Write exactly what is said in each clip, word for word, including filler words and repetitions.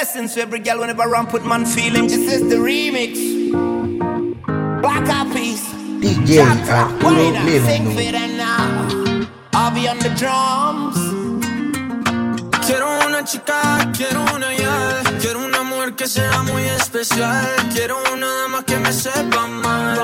blessings to every girl whenever I put man feelings. This is the remix. Black Eyed Peas. D J Arturo Levano. I'll be on the drums. Quiero una chica, quiero una ya. Quiero una mujer que sea muy especial. Quiero una dama que me sepa amar.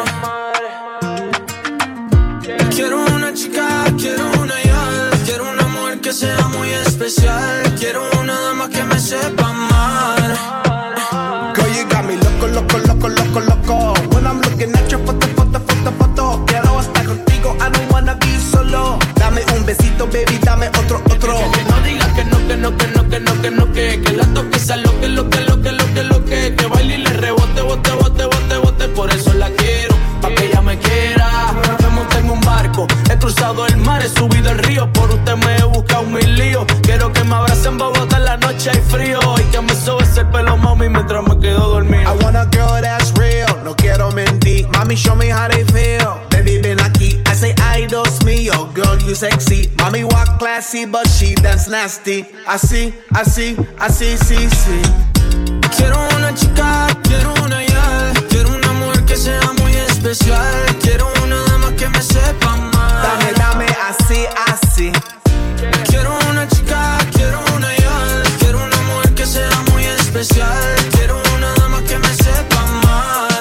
Quiero una chica, quiero una ya. Quiero una mujer que sea muy especial. Quiero una dama que me sepa amar. Girl, you got me loco, loco, loco, loco, loco. When I'm looking at your foto, foto, foto, foto. Quiero estar contigo, I don't wanna be solo. Dame un besito, baby, dame otro, otro. Que no digas que no, que no, que no, que no, que no, que Que la toque, sea lo que, lo que, lo que, lo que, lo que Que baile y le rebote, bote, bote, bote, bote. Por eso la quiero, pa' que ella me quiera. Me monté en un barco, he cruzado el mar, he subido el río. Por usted me he buscado mil líos. Quiero que me abrace en Bogotá en la noche hay frío. Y que me sobe ese pelo, mami, mientras me quedo dormido. I want a girl that's real, no quiero mentir. Mami, show me how they feel. Baby, ven aquí, I say, ay, Dios mío. Girl, you sexy. Mami, walk classy, but she dance nasty. Así, así, así, sí, sí. Quiero una chica, quiero una ya. Quiero una mujer que sea muy especial. Quiero una dama que me sepa amar. Dame, dame, así, así. Quiero una chica, quiero una ya. Quiero una mujer que sea muy especial. Quiero una dama que me sepa amar.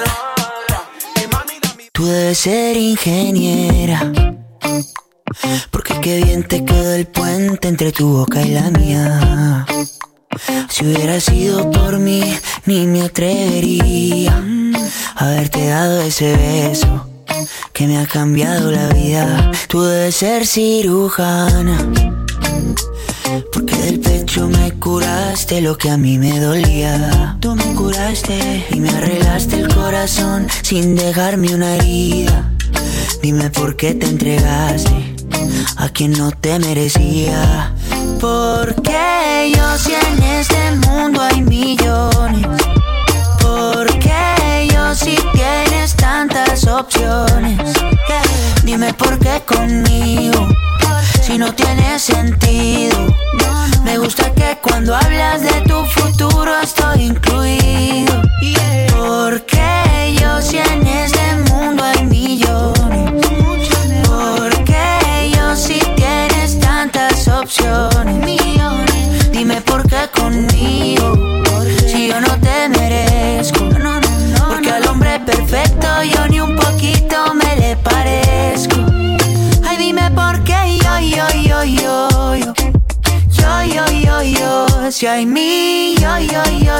Tú debes ser ingeniera, porque qué bien te quedó el puente entre tu boca y la mía. Si hubiera sido por mí, ni me atrevería a haberte dado ese beso que me ha cambiado la vida. Tú debes ser cirujana, porque del pecho me curaste lo que a mí me dolía. Tú me curaste y me arreglaste el corazón sin dejarme una herida. Dime por qué te entregaste a quien no te merecía. Porque yo si en este mundo hay millones. Porque yo si tienes tantas opciones. Yeah. Dime por qué conmigo, si no tiene sentido. Me gusta que cuando hablas de tu futuro estoy incluido. Porque yo si en este mundo hay millones. Porque yo si tienes tantas opciones. Dime por qué conmigo, si yo no te merezco. Porque al hombre perfecto yo ni un poquito me le parezco. Ay, dime por qué yo, yo, yo, yo, yo. Yo, yo, yo, yo. Si hay millones,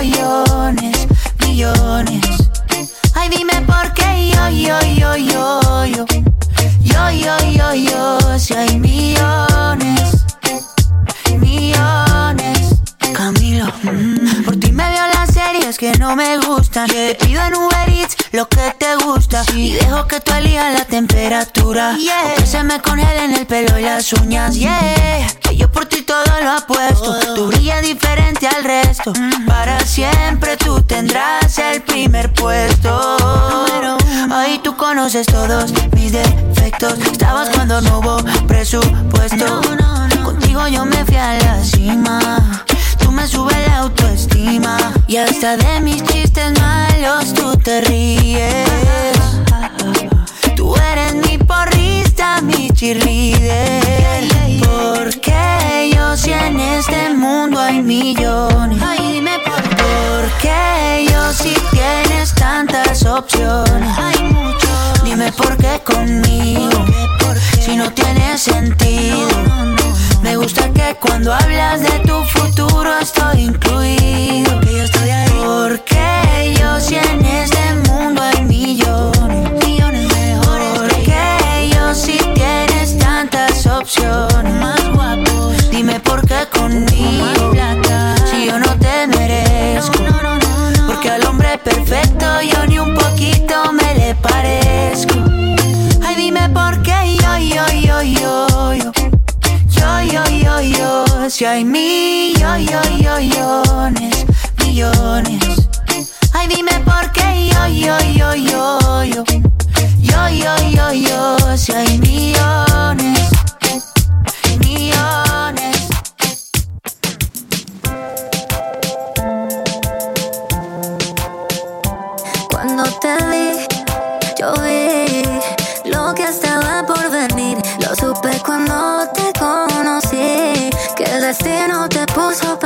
millones. Ay, dime por qué yo, yo, yo, yo, yo. Yo, yo, yo, yo. Si hay millones, millones. Camilo, mm. Por ti me veo las series que no me gustan. Te pido en Uber Eats lo que te gusta, sí. Y dejo que tú elijas la temperatura, yeah. Que se me congelen el pelo y las uñas, yeah. Que yo por ti todo lo apuesto, oh. Tú brillas diferente al resto, mm. Para siempre tú tendrás el primer puesto. Ahí tú conoces todos mis defectos. Estabas cuando no hubo presupuesto, no, no, no. Contigo yo me fui a la cima. Tú me subes la autoestima. Y hasta de mis chistes malos tú te ríes. Tú eres mi porrista, mi cheerleader. Porque yo si en este mundo hay millones. Ay, dime por qué. Porque yo si tienes tantas opciones. Hay mucho. Dime por qué conmigo, si no tiene sentido. Me gusta que cuando hablas de tu futuro estoy incluido. Que yo estoy ahí. Porque yo si en este mundo hay millones, millones mejores. Porque yo si tienes tantas opciones, más guapos. Dime por qué conmigo, si yo no te merezco. Porque al hombre perfecto yo ni un poquito me le parezco. Ay, dime por qué yo, yo, yo, yo, yo. Yo, yo, yo, yo. Si hay millones, millones. Ay, dime por qué yo, yo, yo, yo, yo. Yo, yo, yo, yo. Si hay millones, millones.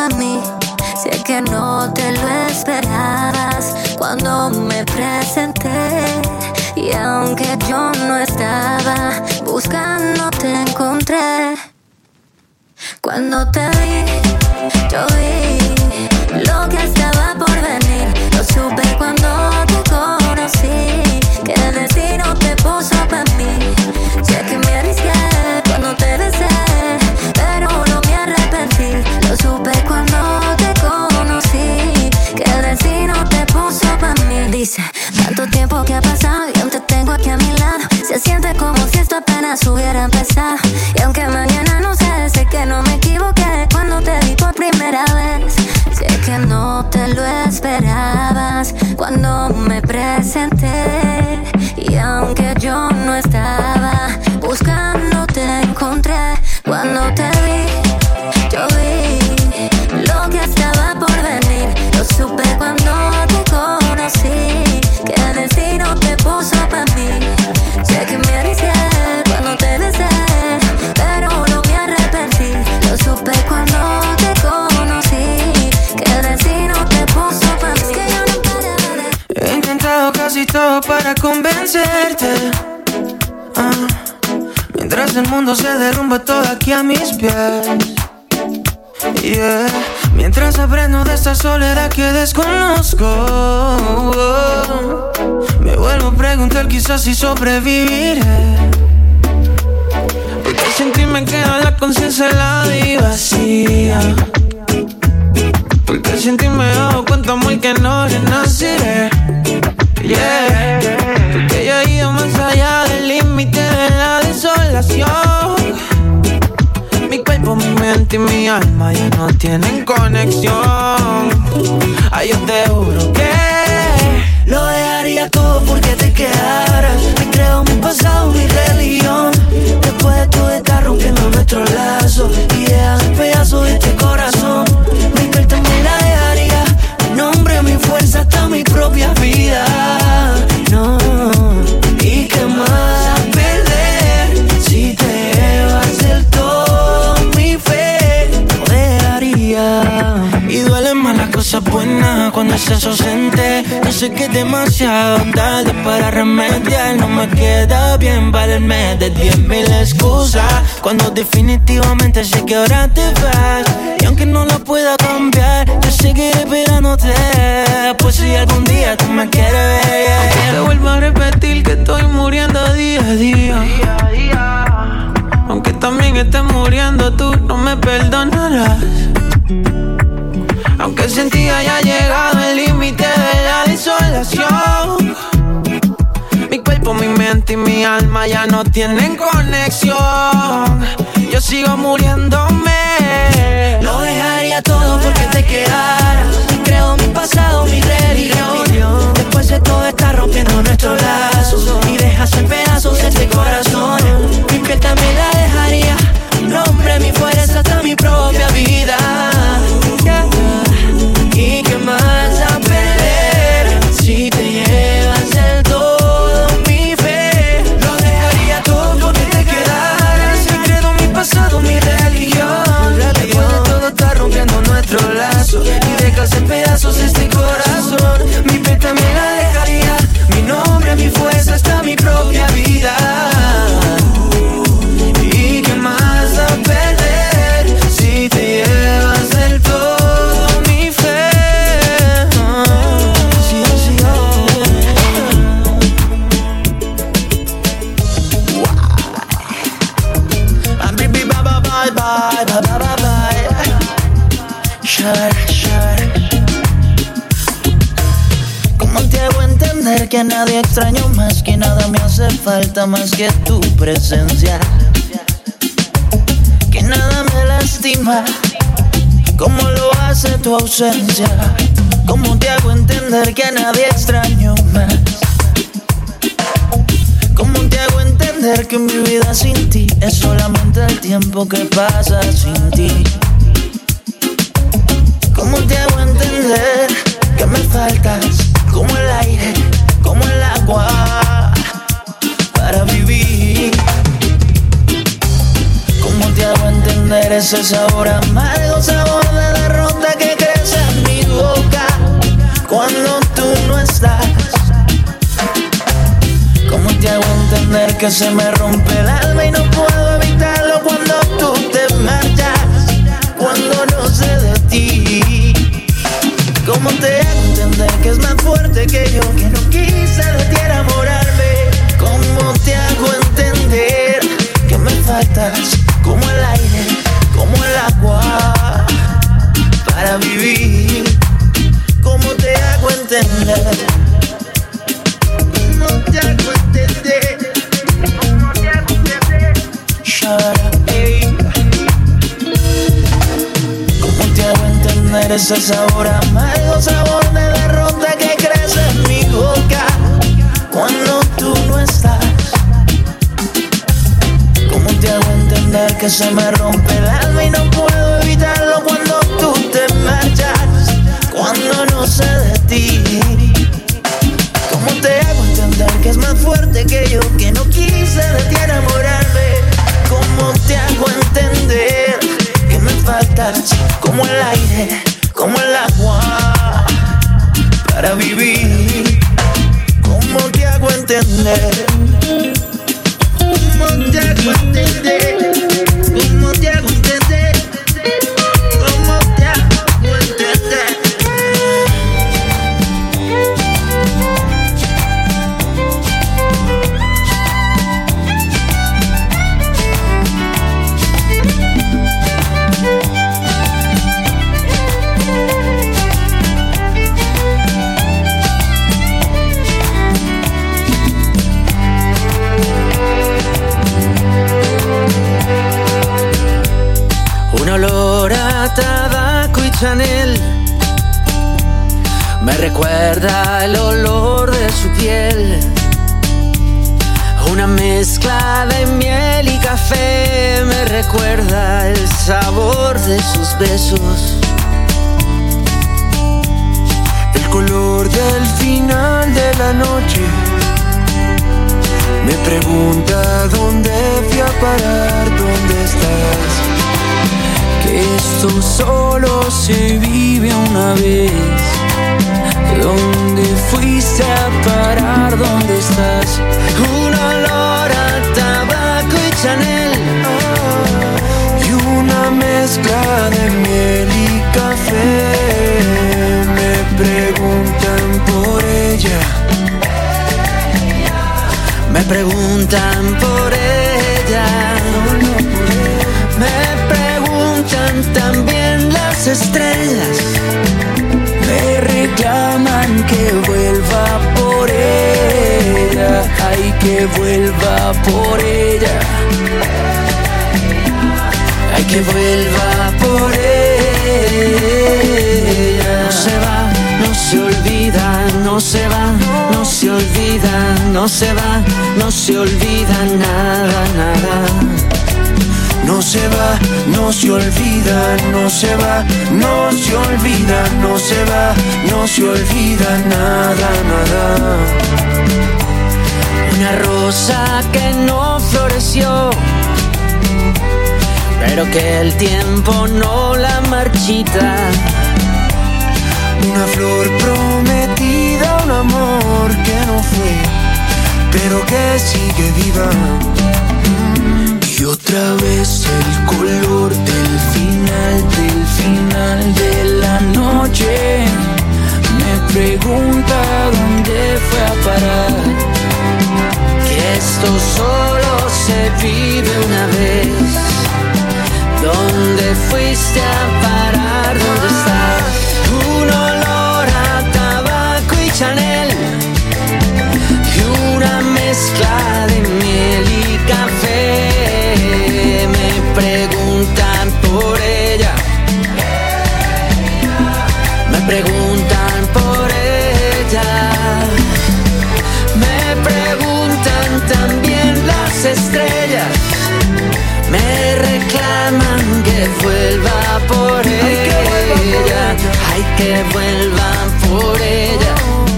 pa' mí. Sé que no te lo esperabas cuando me presenté. Y aunque yo no estaba buscando, te encontré. Cuando te vi, yo vi lo que estaba por venir. Lo supe cuando te conocí, que el destino te puso pa' mí. Sé que me arriesgué cuando te besé, pero no me arrepentí. Lo supe cuando te conocí, que el destino te puso pa' mí. Dice, tanto tiempo que ha pasado y aún te tengo aquí a mi lado. Se siente como si esto apenas hubiera empezado. Y aunque mañana no sé, sé que no me equivoqué cuando te vi por primera vez. Sé que no te lo esperabas cuando me presenté. Y aunque yo no estaba buscando, te encontré. Cuando te vi, yo vi lo que estaba por venir. Lo supe cuando te conocí, que el destino te puso pa' mí. Sé que me arriesgué cuando te besé, pero no me arrepentí. Lo supe cuando te conocí, que el destino te puso pa' mí. Es que yo no paré. He intentado casi todo para convencerte, ah, mientras el mundo se derrumba todo aquí a mis pies. Yeah. Mientras aprendo de esta soledad que desconozco, me vuelvo a preguntar quizás si sobreviviré. Porque sin ti me queda la conciencia helada y vacía. Porque sin ti me he dado cuenta muy que no renaciré. Yeah. Porque yo he ido más allá del límite de la desolación. Mi cuerpo, mi mente y mi alma ya no tienen conexión. Ay, yo te juro que lo dejaría todo porque te quedaras. Me creo mi pasado, mi religión. Después de todo estar rompiendo nuestros lazos y dejas el pedazo de este corazón. Mi piel también la dejaría, mi nombre, mi fuerza, hasta mi propia vida. No, ¿y qué más a perder si te llevas del todo? Mi fe no dejaría. Y duele más las cosas buenas cuando estás ausente. Yo sé que es demasiado tarde para remediar. No me queda bien valerme de diez mil excusas cuando definitivamente sé que ahora te vas. Y aunque no lo pueda cambiar, yo seguiré esperándote. Pues si algún día tú me quieres ver, yeah. Te vuelvo a repetir que estoy muriendo día a día, día, a día. Aunque también estés muriendo, tú no me perdonarás. Aunque sin ti haya llegado el límite de la desolación. Mi cuerpo, mi mente y mi alma ya no tienen conexión. Yo sigo muriéndome. Lo dejaría todo porque te quedaras. Creo mi pasado, mi religión. Después de todo está rompiendo nuestros lazos y dejas en pedazos este corazón. Mi piel también la dejaría, mi nombre, mi fuerza, hasta mi propia vida. Yeah. ¿Y qué más a perder si te llevas del todo? Mi fe lo dejaría todo porque te quedaras. Mi credo, mi pasado, mi religión. Después de todo está rompiendo nuestros lazos y dejas en pedazos este corazón. Mi fe también la dejaría, mi nombre, mi fuerza, hasta mi propia vida. ¿Y qué más a perder si te llevas del todo? Bye, bye, bye, bye, bye. Shut, shut. ¿Cómo te hago entender que a nadie extraño más, que nada me hace falta más que tu presencia? Que nada me lastima como lo hace tu ausencia. ¿Cómo te hago entender que a nadie extraño más? ¿Cómo te hago entender que mi vida sin ti es solamente el tiempo que pasa sin ti? ¿Cómo te hago entender que me faltas como el aire, como el agua para vivir? ¿Cómo te hago entender ese sabor amargo, sabor de derrota que se me rompe el alma y no puedo evitarlo cuando tú te marchas, cuando no sé de ti. ¿Cómo te hago entender que es más fuerte que yo, que no quise de ti enamorarme? ¿Cómo te hago entender que me faltas como el aire, como el agua para vivir? ¿Cómo te hago entender? ¿Cómo te hago entender? ¿Cómo te hago entender? Shut up, hey. ¿Cómo te hago entender ese sabor amargo, sabor de derrota que crece en mi boca cuando tú no estás? ¿Cómo te hago entender que se me rompe el alma y no puedo evitarlo cuando tú te marchas, cuando no sé de ti? ¿Cómo te hago entender que es más fuerte que yo, que no quise de ti enamorarme? ¿Cómo te hago entender que me faltas como el aire, como el agua para vivir? ¿Cómo te hago entender? ¿Cómo te hago entender? ¿Cómo te hago entender? ¿Cómo te hago entender? Un olor a tabaco y Chanel me recuerda el olor de su piel. Una mezcla de miel y café me recuerda el sabor de sus besos. El color del final de la noche me pregunta dónde fui a parar, dónde estás. Que esto solo se vive una vez. ¿Dónde fuiste a parar? ¿Dónde estás? Un olor a tabaco y Chanel, oh, y una mezcla de miel y café. Me preguntan por ella, me preguntan por ella, me preguntan también las estrellas. Me reclaman que vuelva por ella, ay, que vuelva por ella, ay, que vuelva por ella. No se va, no se olvida, no se va, no se olvida, no se va, no se olvida nada, nada. No se va, no se olvida, no se va, no se olvida, no se va, no se olvida nada, nada. Una rosa que no floreció, pero que el tiempo no la marchita. Una flor prometida, un amor que no fue, pero que sigue viva. Y otra vez el color del final, del final de la noche me pregunta dónde fue a parar. Que esto solo se vive una vez. ¿Dónde fuiste a parar? ¿Dónde estás? Un olor a tabaco y Chanel y una mezcla de miel y café. Me preguntan por ella, me preguntan por ella, me preguntan también las estrellas. Me reclaman que vuelva por ella, ay, que vuelva por ella,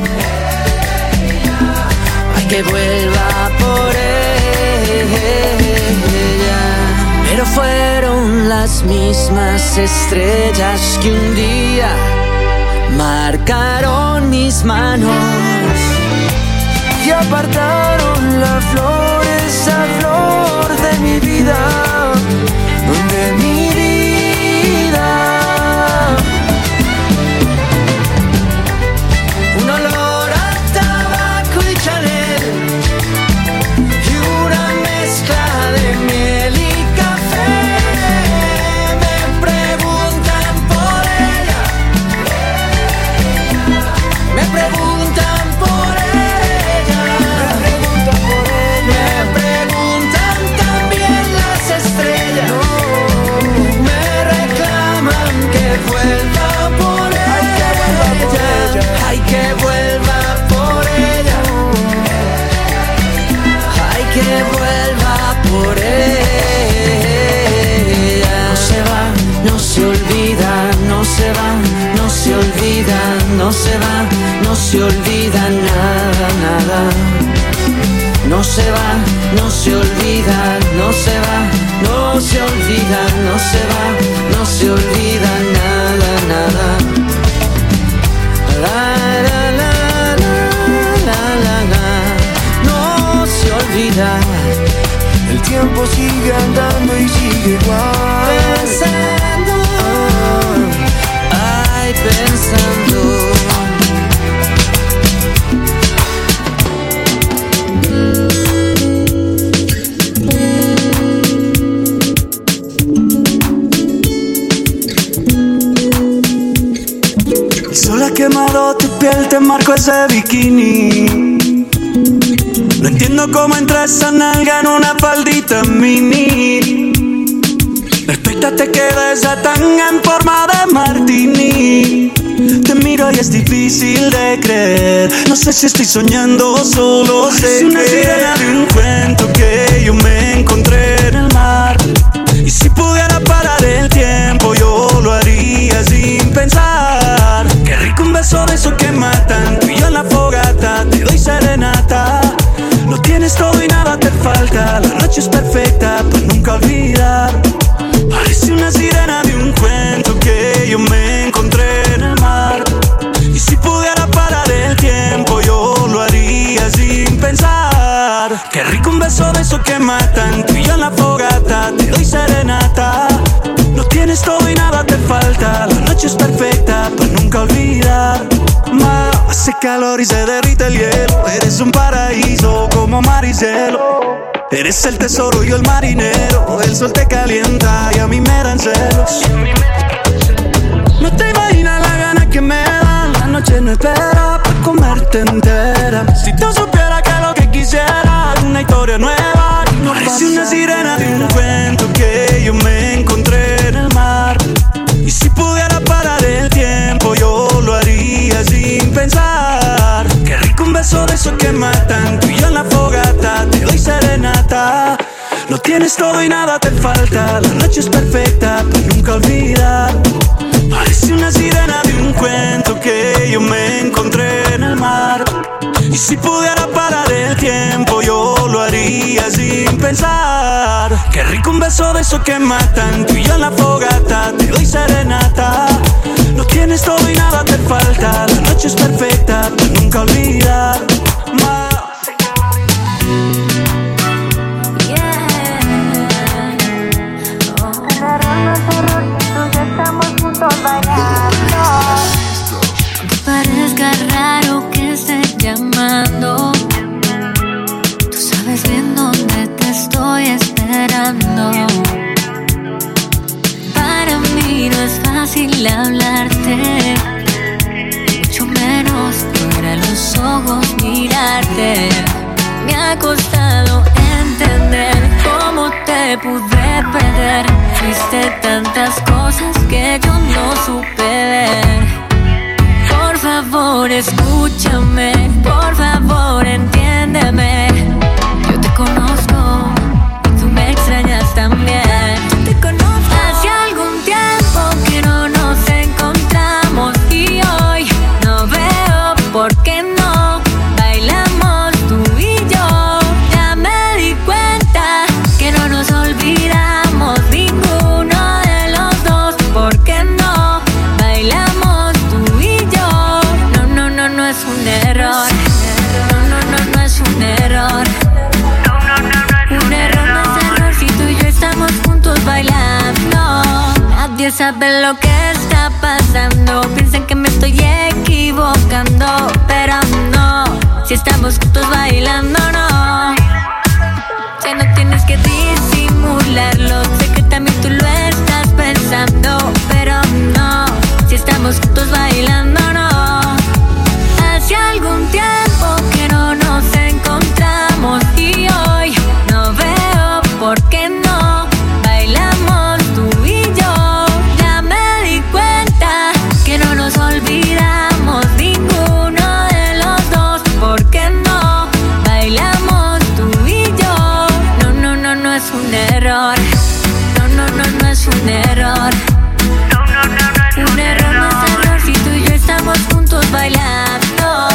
ay, que vuelva por ella. Pero fueron las mismas estrellas que un día marcaron mis manos y apartaron las flores mi vida, de mi vida. Un olor a tabaco y Chanel y una mezcla de miel y café. Me preguntan por ella, me preguntan por ella, me preguntan por ella, me preguntan también las estrellas. Me reclaman que vuelva por ella, ay que vuelva por ella, ay que vuelva por ella. No se va, no se olvida, no se va, no se olvida, no se va, no se olvida nada, nada. No se va, no se olvida, no se va, no se olvida, no se va, no se olvida nada, nada. La, la, la, la, la, la, la. No se olvida. El tiempo sigue andando y sigue igual. Pensando, ay, pensando. El sol ha quemado tu piel, te marco ese bikini. No entiendo cómo entra esa nalga en una faldita mini. Perfecta te queda esa tanga en forma de martini. Te miro y es difícil de creer. No sé si estoy soñando, solo sé que es una sirena de un cuento que yo me encontré en el mar. Y si pudiera parar el tiempo, yo lo haría sin pensar. Qué rico un beso de esos que matan. Tú y yo en la fogata, te doy serenata. Lo tienes todo y nada te falta. La noche es perfecta para nunca olvidar. Parece una sirena de un cuento que yo me encontré en el mar. Y si pudiera parar el tiempo, yo lo haría sin pensar. Qué rico un beso de esos que matan. Tú y yo en la fogata, te doy serenata. Lo tienes todo y nada te falta. La noche es perfecta para nunca olvidar. Ma, hace calor y se derrite el hielo. Eres un paraíso como mar y cielo. Eres el tesoro y yo el marinero. El sol te calienta y a mí me dan celos. No te imaginas la gana que me dan. La noche no espera para comerte entera. Si tú supieras que lo que quisiera una historia nueva. No parece una sirena de un cuento que yo me encontré en el mar. Y si pudiera parar el tiempo, yo lo haría sin pensar. Qué rico un beso de esos que matan. Tú y yo en la fogata, te doy serenata. Lo tienes todo y nada te falta. La noche es perfecta para nunca olvidar. Parece una sirena de un cuento que yo me encontré en el mar. Y si pudiera parar el tiempo, yo lo haría sin pensar. Qué rico un beso de esos que matan. Tú y yo en la fogata, te doy serenata. Lo tienes todo y nada te falta. La noche es perfecta para nunca olvidar. Ma. Aunque parezca raro que esté llamando, tú sabes bien dónde te estoy esperando. Para mí no es fácil hablarte, mucho menos para los ojos mirarte. Me ha costado entender cómo te pude perder. Fuiste tantas cosas que yo no supe ver. Por favor, escúchame, por favor, entiéndeme. Yo te conozco y tú me extrañas también. Yo te conozco. Hace algún tiempo que no nos encontramos y hoy no veo por qué no bailamos tú y yo. Ya me di cuenta que no nos olvidamos ninguno de los dos. ¿Por qué no bailamos tú y yo? No, no, no, no es un error. No, no, no, no es un error. Un error no es error si tú saben lo que está pasando. Piensan que me estoy equivocando, pero no. Si estamos juntos bailando, no. Ya no tienes que disimularlo. Sé que también tú lo estás pensando, pero no. Si estamos juntos bailando, no. Hace algún tiempo que no nos encontramos y hoy no veo por qué no bailamos tú y yo. Ya me di cuenta que no nos olvidamos ninguno de los dos. ¿Por qué no bailamos tú y yo? No, no, no, no es un error. No, no, no, no es un error. No, no, no, no es un error, no es error si tú y yo estamos juntos bailando.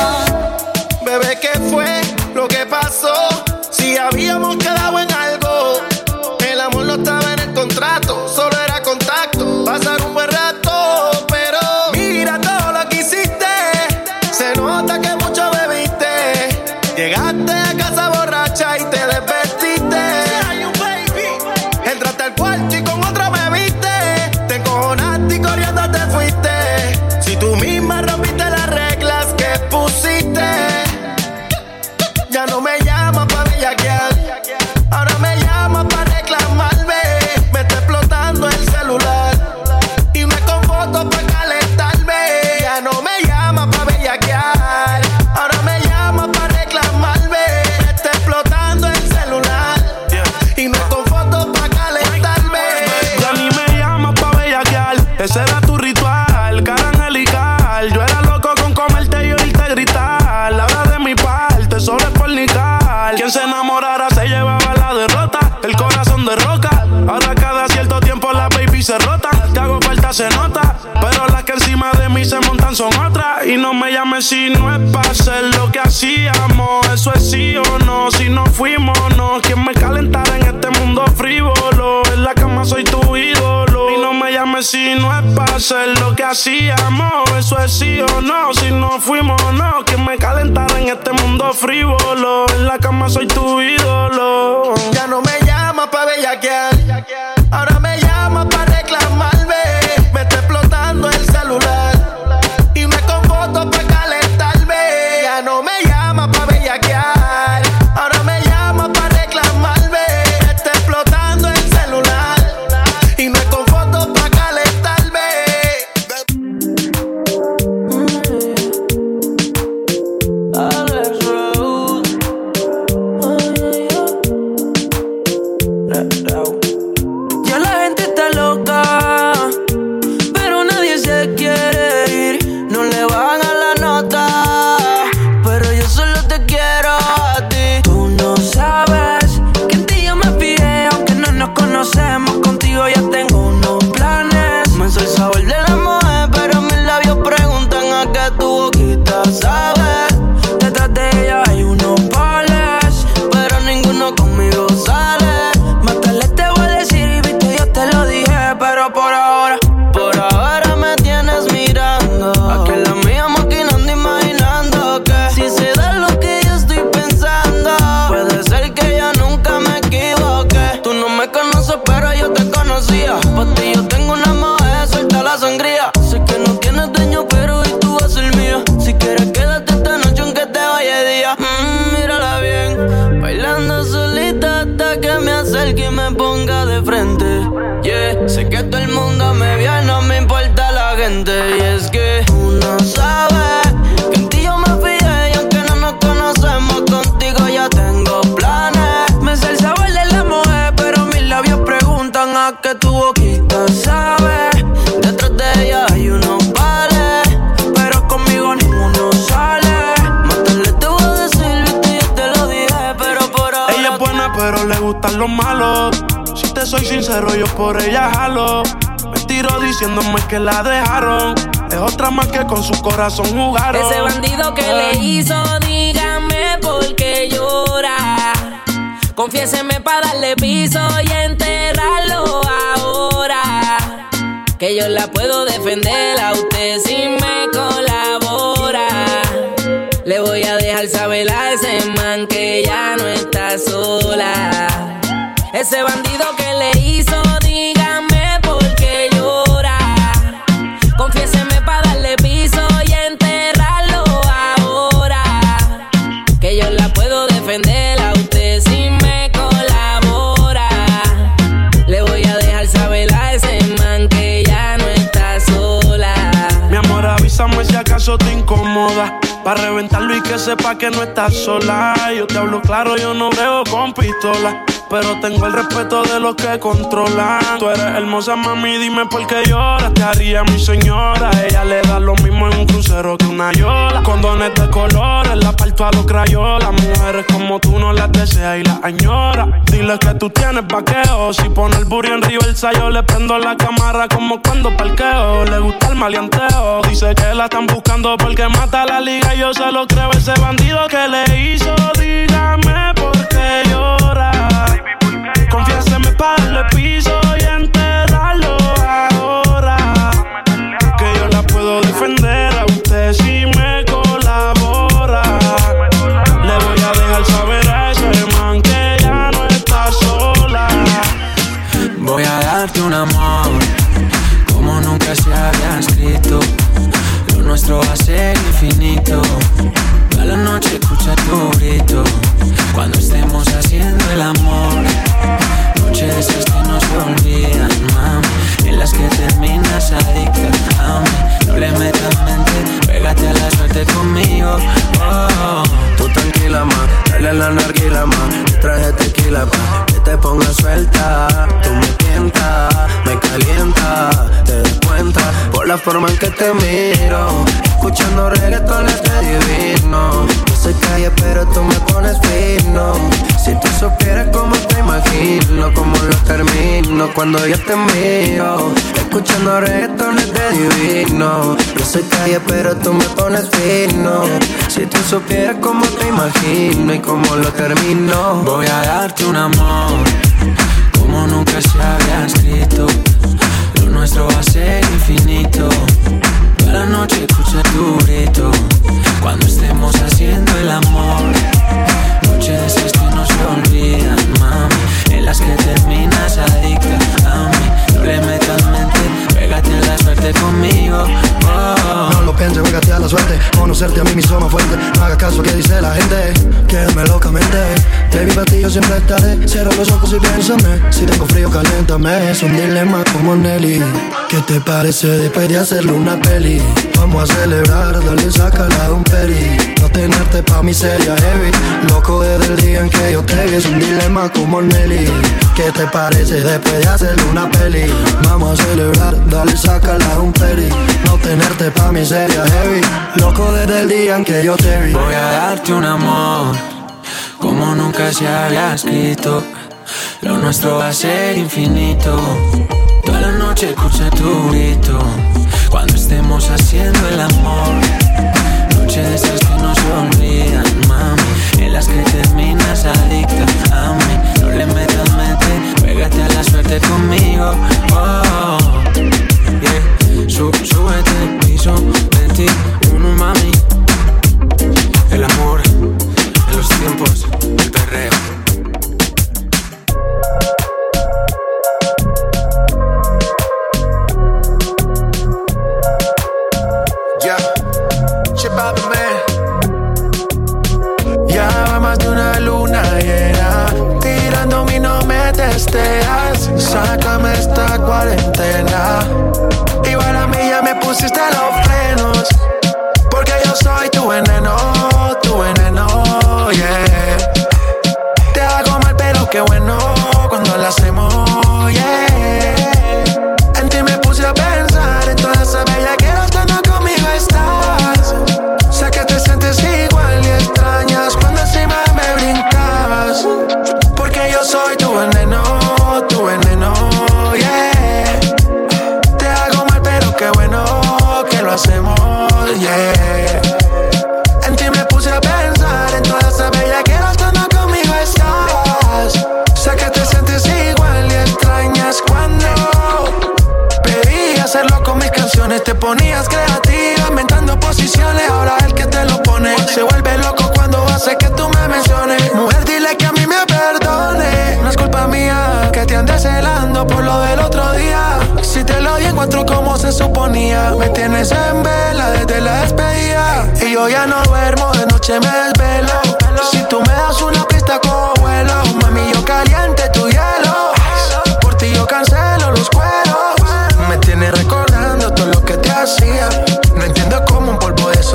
Bebé, ¿qué fue lo que pasó? Si habíamos quedado en algo. El amor no estaba en el contrato, solo era contacto, pasar un buen rato. Pero mira todo lo que hiciste. Se nota que mucho bebiste. Llegaste a casa borracha y te desvestiste. Entraste al cuarto y con otra me viste. Te encojonaste y corriendo te fuiste. Si tú misma rompiste las reglas que pusiste. Ya no me llamas pa' bellaquear, ahora me llamas pa' reclamarme. Me está explotando el celular y me con fotos pa' calentarme. Ya no me llamas pa' bellaquear, ahora me llamas pa' reclamarme. Me está explotando el celular y me con fotos pa' calentarme. Ya ni me llamas pa' bellaquear, ese era tu ritual, cara angelical. Yo era loco con comerte y oírte gritar. La hora de mi parte, solo es fornicar. Quien se enamorara se llevaba la derrota. El corazón de roca, ahora cada cierto tiempo la baby se rota. Te hago falta se nota, pero las que encima de mí se montan son otras. Y no me llames si no es pa' hacer lo que hacíamos. Eso es sí o no, si no fuimos no. Quien me calentara en este mundo frívolo. En la cama soy tu ídolo. Y no me llames si no es pa' hacer lo que hacíamos. Eso es sí o no, si no fuimos no. Quien me calentara en este mundo frívolo. En la cama soy tu ídolo. Ya no me llamas pa' bellaquear, ahora me llamas pa' reclamarme. Me está explotando el celular y me con fotos pa' calentarme. Ya no me llamas pa' bellaquear, ahora me llamas pa' reclamarme. Me está explotando el celular y me con fotos pa' calentarme. Alex Rose. Ya la gente está loca, pero nadie se quiere ir. No le van a la nota, pero yo solo te quiero a ti. Tú no sabes que en ti yo me fijé, aunque no nos conocemos. Contigo ya tengo unos planes. Me soy sabor de la mujer, pero mis labios preguntan a qué tu boquita sabe. Detrás de ella hay unos pales, pero ninguno conmigo sale. Más tarde te voy a decir, y viste, yo te lo dije, pero por ahora, por ahora me tienes mirando. Aquel la mía maquinando, imaginando que si se da lo que yo estoy pensando, puede ser que ya nunca me equivoque. Tú no me conoces, pero yo te conocía. Por ti yo tengo una mujer, suelta la sangría. Sé que no tienes dueño, pero hoy tú vas a ser mía. Si quieres quédate esta noche aunque te vaya de día. Mm, mírala bien, bailando solita hasta que me acerque y me ponga de frente. Yeah, sé que todo el mundo me ve, no me importa la gente. Y es que uno sabe que en ti yo me fijé, y aunque no nos conocemos, contigo ya tengo planes. Me sé el sabor de la mujer, pero mis labios preguntan a qué tu boquita sabe. Detrás de ella hay unos pares, pero conmigo ninguno sale. Más tarde te voy a decir, viste, yo te lo dije, pero por ahora. Ella es buena, pero le gustan los malos. Si te soy sincero, yo por ella jalo. Me tiro diciéndome que la dejaron. Es otra más que con su corazón jugaron. Ese bandido que le hizo, dígame por qué llora. Confiéseme pa' darle piso y enterrarlo ahora. Que yo la puedo defender a usted si me colabora. Le voy a dejar saber a ese man que ya no está sola. Ese bandido que le hizo, dígame por qué llora. eso te incomoda. Pa' reventarlo y que sepa que no estás sola. Yo te hablo claro, yo no veo con pistola, pero tengo el respeto de los que controlan. Tú eres hermosa, mami, dime por qué lloras. Te haría mi señora. Ella le da lo mismo en un crucero que una yola. Condones de colores, la parto a los crayolas. Mujeres como tú no las deseas y las añoras. Dile que tú tienes vaqueo. Si pone el booty en Riversa, yo le prendo la cámara como cuando parqueo. Le gusta el maleanteo. Dice que la están buscando porque mata la liga. Yo se lo creo, ese bandido que le hizo. Dígame por qué llora. Confiéseme para darle piso y enterrarlo ahora. Que yo la puedo defender a usted si me colabora. Le voy a dejar saber a ese man que ya no está sola. Voy a darte un amor como nunca se había escrito. Lo nuestro va a ser infinito. Toda la noche escucha tu grito cuando estemos haciendo el amor. Noches que no se olvidan, mami, en las que terminas adicta a mí. No le metas mente, pégate a la suerte conmigo. Oh. Tú tranquila, ma, dale a la narguila, ma. Te traje tequila, pa, que te ponga suelta. Tú me tientas, me calienta. Te das cuenta por la forma en que te miro. Escuchando reggaetones de divino. Yo soy calle pero tú me pones fino. Si tú supieras cómo te imagino, cómo lo termino cuando yo te miro. Escuchando reggaetones de divino. Yo soy calle pero tú me pones fino. Si tú supieras cómo te imagino y cómo lo termino. Voy a darte un amor como nunca se había escrito. Lo nuestro va a ser infinito. Toda la noche escucha tu grito cuando estemos haciendo el amor. Noches que no se olvidan, mami, en las que terminas adicta a mí. No le metas mente, pégate a la suerte conmigo. Oh. No lo pienses, pégate a la suerte. Conocerte a mí me hizo más fuerte. No hagas caso que dice la gente. Quédame locamente. Baby, para ti yo siempre estaré. Cierra los ojos y piénsame. Si tengo frío, caliéntame. Es un dilema como Nelly. ¿Qué te parece después de hacerle una peli? Vamos a celebrar, dale, sácala un peri. No tenerte pa' mi seria heavy. Loco desde el día en que yo te vi. Es un dilema como Nelly. ¿Qué te parece después de hacerle una peli? Vamos a celebrar, dale, sácala un peri. No tenerte pa' mi seria heavy. Loco desde el día en que yo te vi. Voy a darte un amor como nunca se había escrito. Lo nuestro va a ser infinito. Toda la noche escucha tu grito cuando estemos haciendo el amor. Noches de esas que no se olvidan, mami, en las que terminas adicta a mí. No le metas mente, pégate a la suerte conmigo. Oh, yeah. Sub, súbete, piso veintiuno, mami. El amor en los tiempos del perreo. Ya va más de una luna llena, tirándome y no me testeas. Sácame esta cuarentena. Igual a mí ya me pusiste los frenos, porque yo soy tu veneno, tu veneno, yeah. Te hago mal pero qué bueno cuando lo hacemos, yeah. En ti me puse a pensar en toda esa bella que no conmigo estás. Sé que te sientes igual y extrañas cuando encima me brincabas, porque yo soy tu veneno, tu veneno, yeah. Te hago mal pero qué bueno que lo hacemos, yeah. En ti me puse a pensar en toda esa bella que no conmigo estás. Sé que te sientes igual y extrañas cuando pedí hacerlo con mis canciones. Te ponías creativa, inventando posiciones. Ahora el que te lo pone se vuelve loco cuando hace que tú me menciones. Mujer, dile que a mí me perdone. No es culpa mía que te andes celando por lo del otro día. Si te lo di encuentro como se suponía. Me tienes en vela desde la despedida y yo ya no duermo, de noche me desvelo. Si tú me das una pista cojo vuelo. Mami, yo caliente tu hielo. Por ti yo cancelo los cueros. Me tienes recordando todo lo que te hacía. No entiendo cómo un polvo de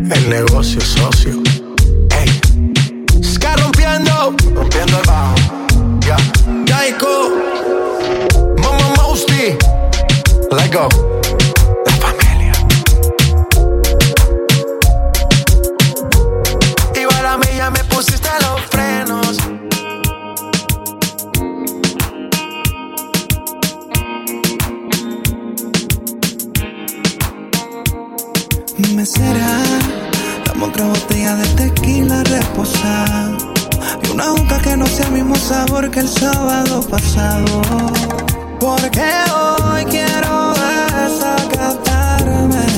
El negocio socio. Ey. Ska rompiendo, rompiendo el bajo. Ya. Yeah. Yaiko. Mama Mousty. Let go. La familia. Igual a mí ya me pusiste los frenos. Mesera, dame otra botella de tequila reposada y una juca que no sea el mismo sabor que el sábado pasado. Porque hoy quiero desacatarme,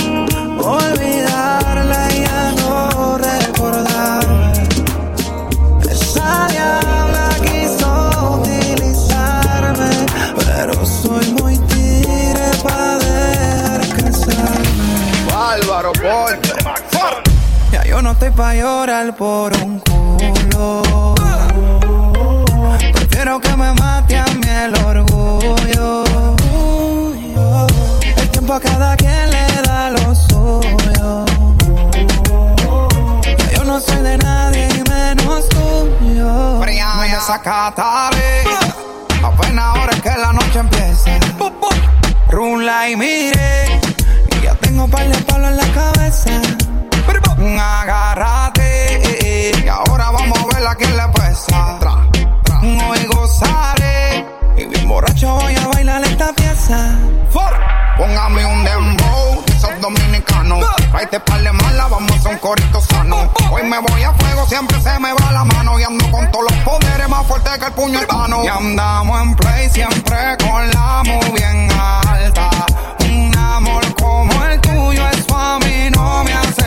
olvidarla y ya no recordarme. Esa diabla quiso utilizarme, pero soy muy tigre para dejar casarme. Álvaro Porte. Ya yo no estoy pa' llorar por un culo. Prefiero que me mate a mí el orgullo. El tiempo a cada quien le da lo suyo. Ya yo no soy de nadie y menos tuyo. Pero ya me desacatale. Apenas ahora es que la noche empieza. Rula y mire. Ya tengo par de palos en la cabeza. Agárrate, y ahora vamos a ver a quién le pesa. Hoy gozaré, y bien borracho voy a bailar esta pieza. Póngame un dembow, esos dominicanos. Tráete par de mala, vamos a hacer un corito sano. Hoy me voy a fuego, siempre se me va la mano. Y ando con todos los poderes más fuertes que el puño hermano. Y andamos en play siempre con la muy bien alta. Un amor como el tuyo, eso a mí no me hace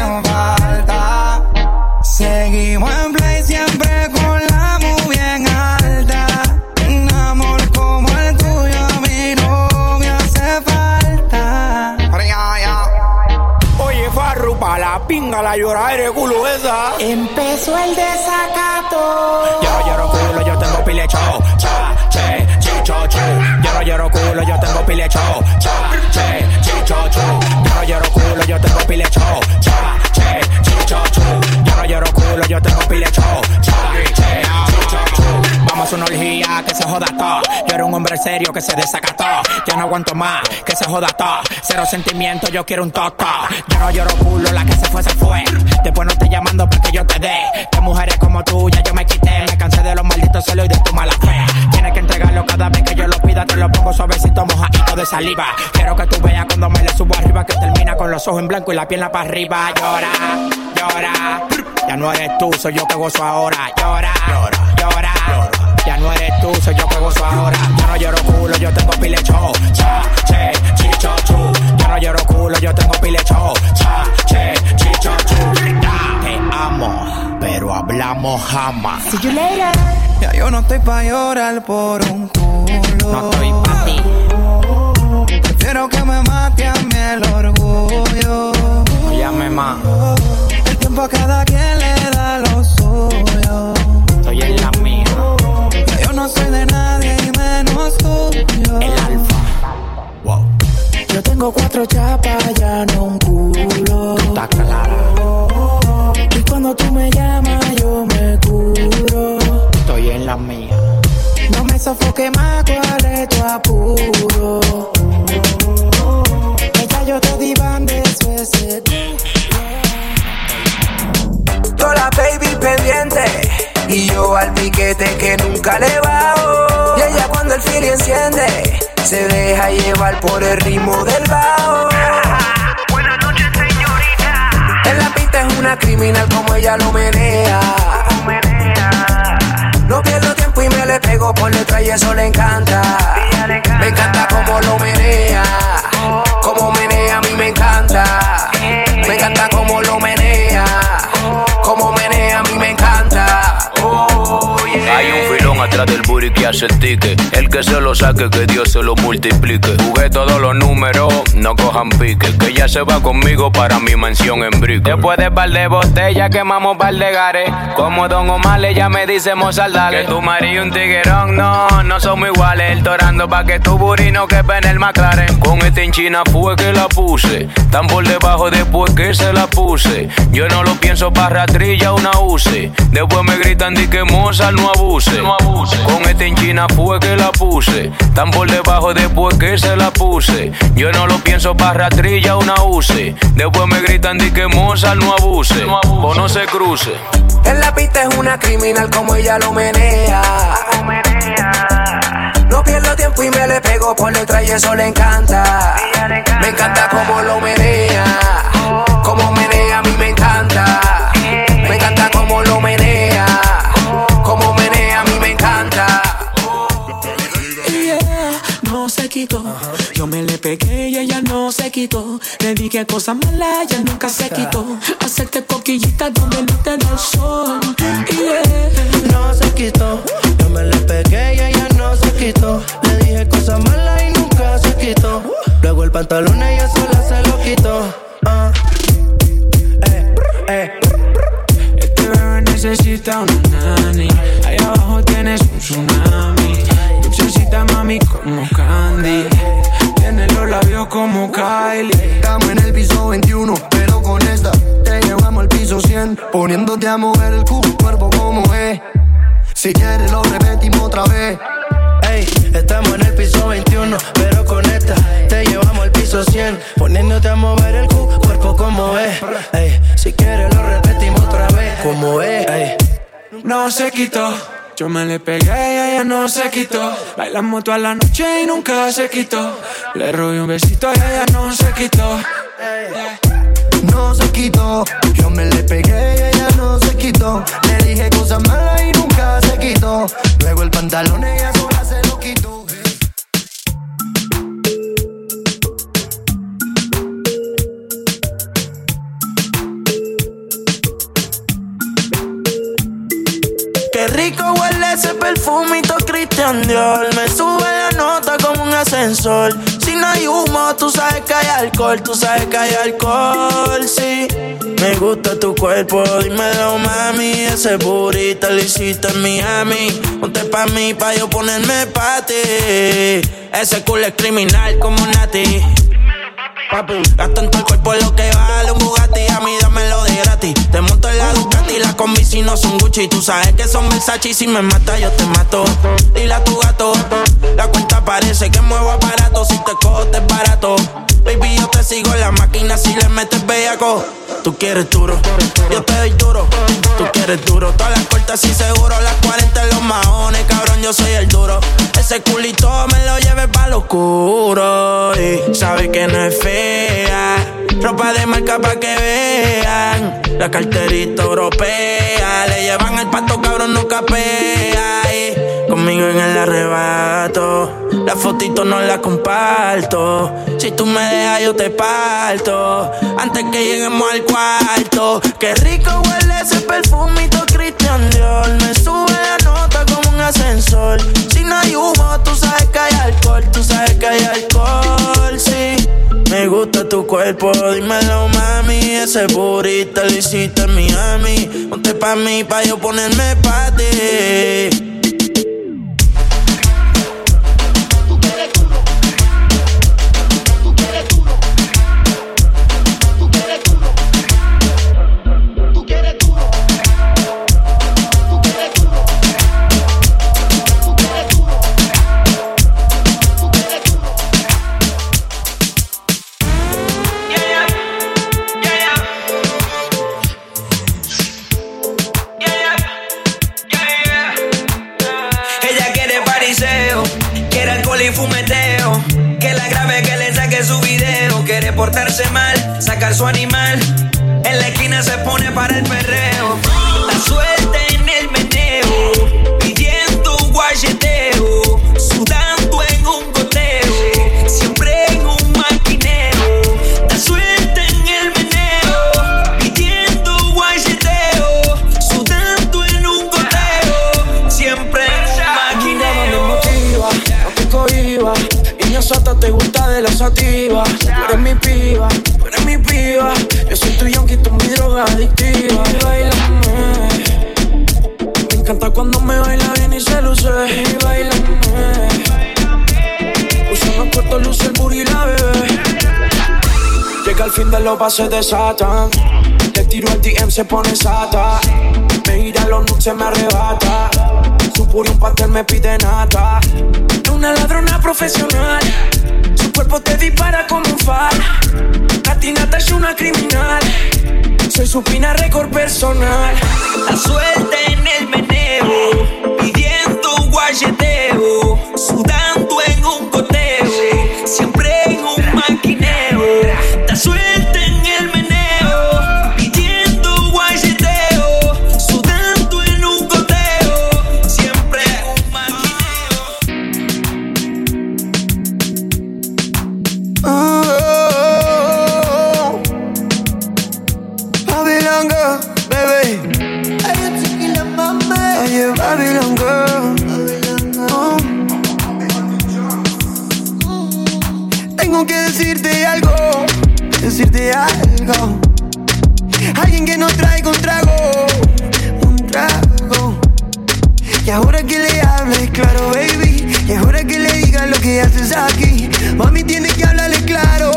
falta. Seguimos en play siempre con la muy bien alta. Un amor como el tuyo a mí no me hace falta. Ya, ya. Oye, Farru, pa' la pinga, la lloradera de culo esa. Empezó el desacato. Yo no lloro culo, yo tengo pilecho. Cha, che, chicho, chu. Yo no lloro culo, yo tengo pilecho. Cha, che, chicho, chu. Yo no lloro culo, yo tengo pilecho. Cha, che, chicho, chu. Yo no lloro culo, yo tengo pilecho. Cha, che, chicho, chu. Vamos a una orgía, que se joda todo. Yo era un hombre serio que se desacató. Ya no aguanto más, que se joda todo. Cero sentimiento, yo quiero un toto. Yo no lloro culo, la que se fue, se fue. Después no estoy llamando para que yo te dé. De mujeres como tú, ya yo me quité. Me cansé de los malditos celos y de tu mala fe. Tienes que entregarlo cada vez que yo lo pida. Te lo pongo suavecito, mojadito de saliva. Quiero que tú veas cuando me le subo arriba, que termina con los ojos en blanco y la pierna para arriba. Llora, llora. Ya no eres tú, soy yo que gozo ahora. Llora, llora, llora. Ya no eres tú, soy yo que gozo ahora. Yo no lloro culo, yo tengo pilecho. Cha, che, chicho, chu. Yo no lloro culo, yo tengo pilecho. Cha, che, chicho, chu. Te amo, pero hablamos jamás. See you later. Ya yo no estoy pa' llorar por un culo. No estoy pa' ti. Prefiero que me mate a mí el orgullo. No llame más. El tiempo a cada quien le da lo suyo. Estoy en la mía. Ya yo no soy de nadie y menos tuyo. El alfa. Wow. Yo tengo cuatro chapas, ya no un culo. Está clara. Y cuando tú me llamas, yo me curo. Estoy en la mía. No me sofoque más, ¿cuál es tu apuro? Ella yo te di van de eso ese. Toda la baby pendiente y yo al piquete que nunca le bajo. Y ella cuando el feeling enciende se deja llevar por el ritmo del bajo. Buenas noches, señorita. En la pista es una criminal como ella lo menea. No pierdo tiempo y me le pego por detrás y eso le encanta. le encanta. Me encanta como lo menea, oh. Como menea a mí me encanta. Hey. Me encanta como lo menea, oh. Como menea a mí me encanta. Oh, yeah. Hay un filón atrás del booty que hace el ticket. El que se lo saque, que Dios se lo multiplique. Jugué todos los números, no cojan pique, que ella se va conmigo para mi mansión en Brick. Después de par de botellas quemamos par de gares. Como Don Omar ella me dice Mozart, dale. Que tu marido un tiguerón, no, no somos iguales. El torando pa' que tu burino quepa en el McLaren. Con este en China fue que la puse, tan por debajo después que se la puse. Yo no lo pienso pa' ratrilla una use. Después me gritan di que Mozart no abuse. No abuse. Con este en China fue que la puse, tan por debajo después que se la puse. Yo no lo pienso pa' ratrilla una use. Después me gritan di que Mozart no abuse, no abuse. O no se cruce. En la pista es una criminal como ella lo menea. No pierdo tiempo y me le pego por detrás y eso le encanta. Me encanta como lo menea. Como menea a mí me encanta. Me encanta como lo menea. Como menea a mí me encanta. Yeah, no se quitó. Yo me le pegué y ella no se quitó. Le dije cosas malas, ella nunca se quitó. Hacerte coquillita donde no te da el sol. Yeah. No se quitó. Yo me le pegué y ella no se quitó. Le dije cosas malas y nunca se quitó. Luego el pantalón ella sola se lo quitó. Uh. Eh, eh. Este bebé necesita una nani. Ahí abajo tienes un tsunami. Dulcecita mami como Candy. Tiene los labios como Kylie. Estamos en el piso veintiuno, pero con esta te llevamos al piso cien. Poniéndote a mover el cu- cuerpo como es. Si quieres lo repetimos otra vez. Ey, estamos en el piso veintiuno, pero con esta te llevamos al piso cien. Poniéndote a mover el cu- cuerpo como es. Ey, si quieres lo repetimos otra vez. Como es, ey. No se quitó. Yo me le pegué y ella no se quitó. Bailamos toda la noche y nunca se quitó. Le robé un besito y ella no se quitó. No se quitó. Yo me le pegué y ella no se quitó. Le dije cosas malas y nunca se quitó. Luego el pantalón ella sola se lo quitó. Qué rico huele ese perfumito Christian Dior. Me sube la nota como un ascensor. Si no hay humo, tú sabes que hay alcohol. Tú sabes que hay alcohol, sí. Me gusta tu cuerpo, dímelo mami. Ese burrito lo hiciste en Miami. Ponte pa' mí, pa' yo ponerme pa' ti. Ese culo es criminal como Nati. Papi, gasto en todo el cuerpo lo que vale un Bugatti. A mí dámelo de gratis. Te monto en la Ducati, las combi si no son Gucci. Tú sabes que son Versace y si me mata yo te mato. Dile a tu gato, la cuenta parece que muevo aparato. Si te cojo te es barato. Baby, yo te sigo en la máquina si le metes bellaco. Tú quieres duro, yo te doy duro. Tú quieres duro, todas las cortas y seguro. Las cuarenta en los maones, cabrón, yo soy el duro. Ese culito me lo lleve pa' lo oscuro. Y sabe que no es fea. Ropa de marca pa' que vean. La carterita europea. Le llevan el pato, cabrón, no capea. Y conmigo en el arrebato. La fotito no la comparto. Si tú me dejas yo te parto. Antes que lleguemos al cuarto. Qué rico huele ese perfumito Christian Dior. Me sube la nota como un ascensor. Si no hay humo, tú sabes que hay alcohol. Tú sabes que hay alcohol, sí. Me gusta tu cuerpo, dímelo mami. Ese burrito lo hiciste en Miami. Ponte pa' mí, pa' yo ponerme pa' ti. Fumeteo, que la grabe, que le saque su video. Quiere portarse mal, sacar su animal. En la esquina se pone para el perreo. La suelta en el meneo, pidiendo un guayeteo. Sudando en un goteo, siempre en un maquineo. La suelta en el meneo, pidiendo un guayeteo. Sudando en un goteo, siempre en un maquineo. la sativa. Tú eres mi piba, tú eres mi piba. Yo soy tu yonki, tú mi droga adictiva. Y bailame. Me encanta cuando me baila bien y se luce. Y bailame. Usa los cortos, luce el booty y la bebé. Llega el fin de los pases de Satan. Le tiro el D M, se pone sata. Me gira los nudes, se me arrebata. Su puri un pastel me pide nata. Es una ladrona profesional. Su cuerpo te dispara como un fal. Latinata es una criminal. Soy su pina récord personal. La suerte en el meneo, pidiendo un guayeteo, sudando en un goteo, siempre en un maquineo. La suerte en el meneo, pidiendo un guayeteo, sudando en un goteo, siempre en un maquineo. Oh, oh, oh. Babylon girl, baby. Oye, Babylon girl. Oh. Tengo que decirte algo, decirte algo. Alguien que no traiga un trago, un trago. Y ahora que le hables claro, baby. Y ahora que le digas lo que haces aquí. Mami, tienes que hablarle claro.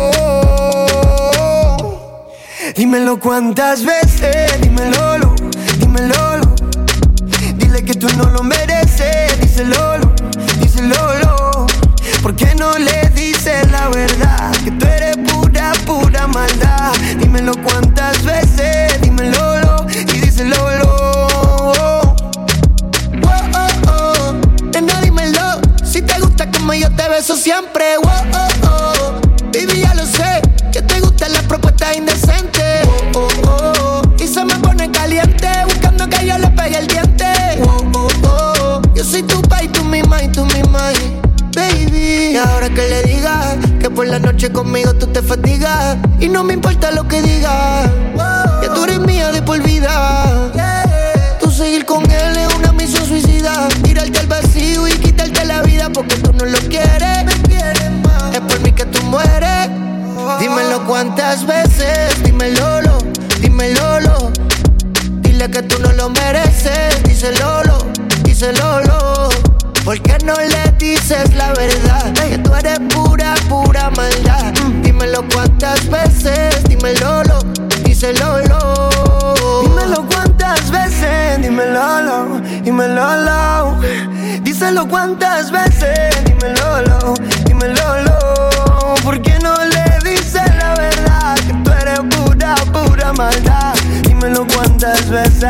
Dímelo cuántas veces, dímelo, dímelo. Dile que tú no lo mereces, díselo, díselo. ¿Por qué no le dices la verdad? Que tú eres pura, pura maldad. Dímelo cuántas veces, dímelo y díselo. Oh, oh, oh. Nena, dímelo. Si te gusta como yo te beso siempre. Oh, oh, oh. Baby, ya lo sé. Que te gustan las propuestas indecentes. Oh, oh, oh. Y se me pone caliente buscando que yo le pegue el diente. Oh, oh, oh. Yo soy tu pa' y tú mi ma y tú mi ma, baby. Y ahora que le digas que por la noche conmigo tú te fatigas y no me importa lo que digas, que tú eres mía de por vida. Tú seguir con él es una misión suicida. Tirarte al vacío y quitarte la vida porque tú no lo quieres. Es por mí que tú mueres. Dímelo cuántas veces, dímelo, dímelo. Dile que tú no lo mereces, díselo, díselo. ¿Por qué no le dices la verdad? Que tú eres pura, pura maldad. Dímelo cuántas veces, dímelo, díselo. Dímelo cuántas veces, dímelo, dímelo. Díselo cuántas veces, dímelo, dímelo. ¿Por qué no le dices la verdad? Que tú eres pura, pura maldad. Dímelo cuántas veces.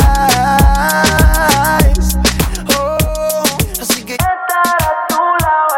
Oh, así que estar a tu lado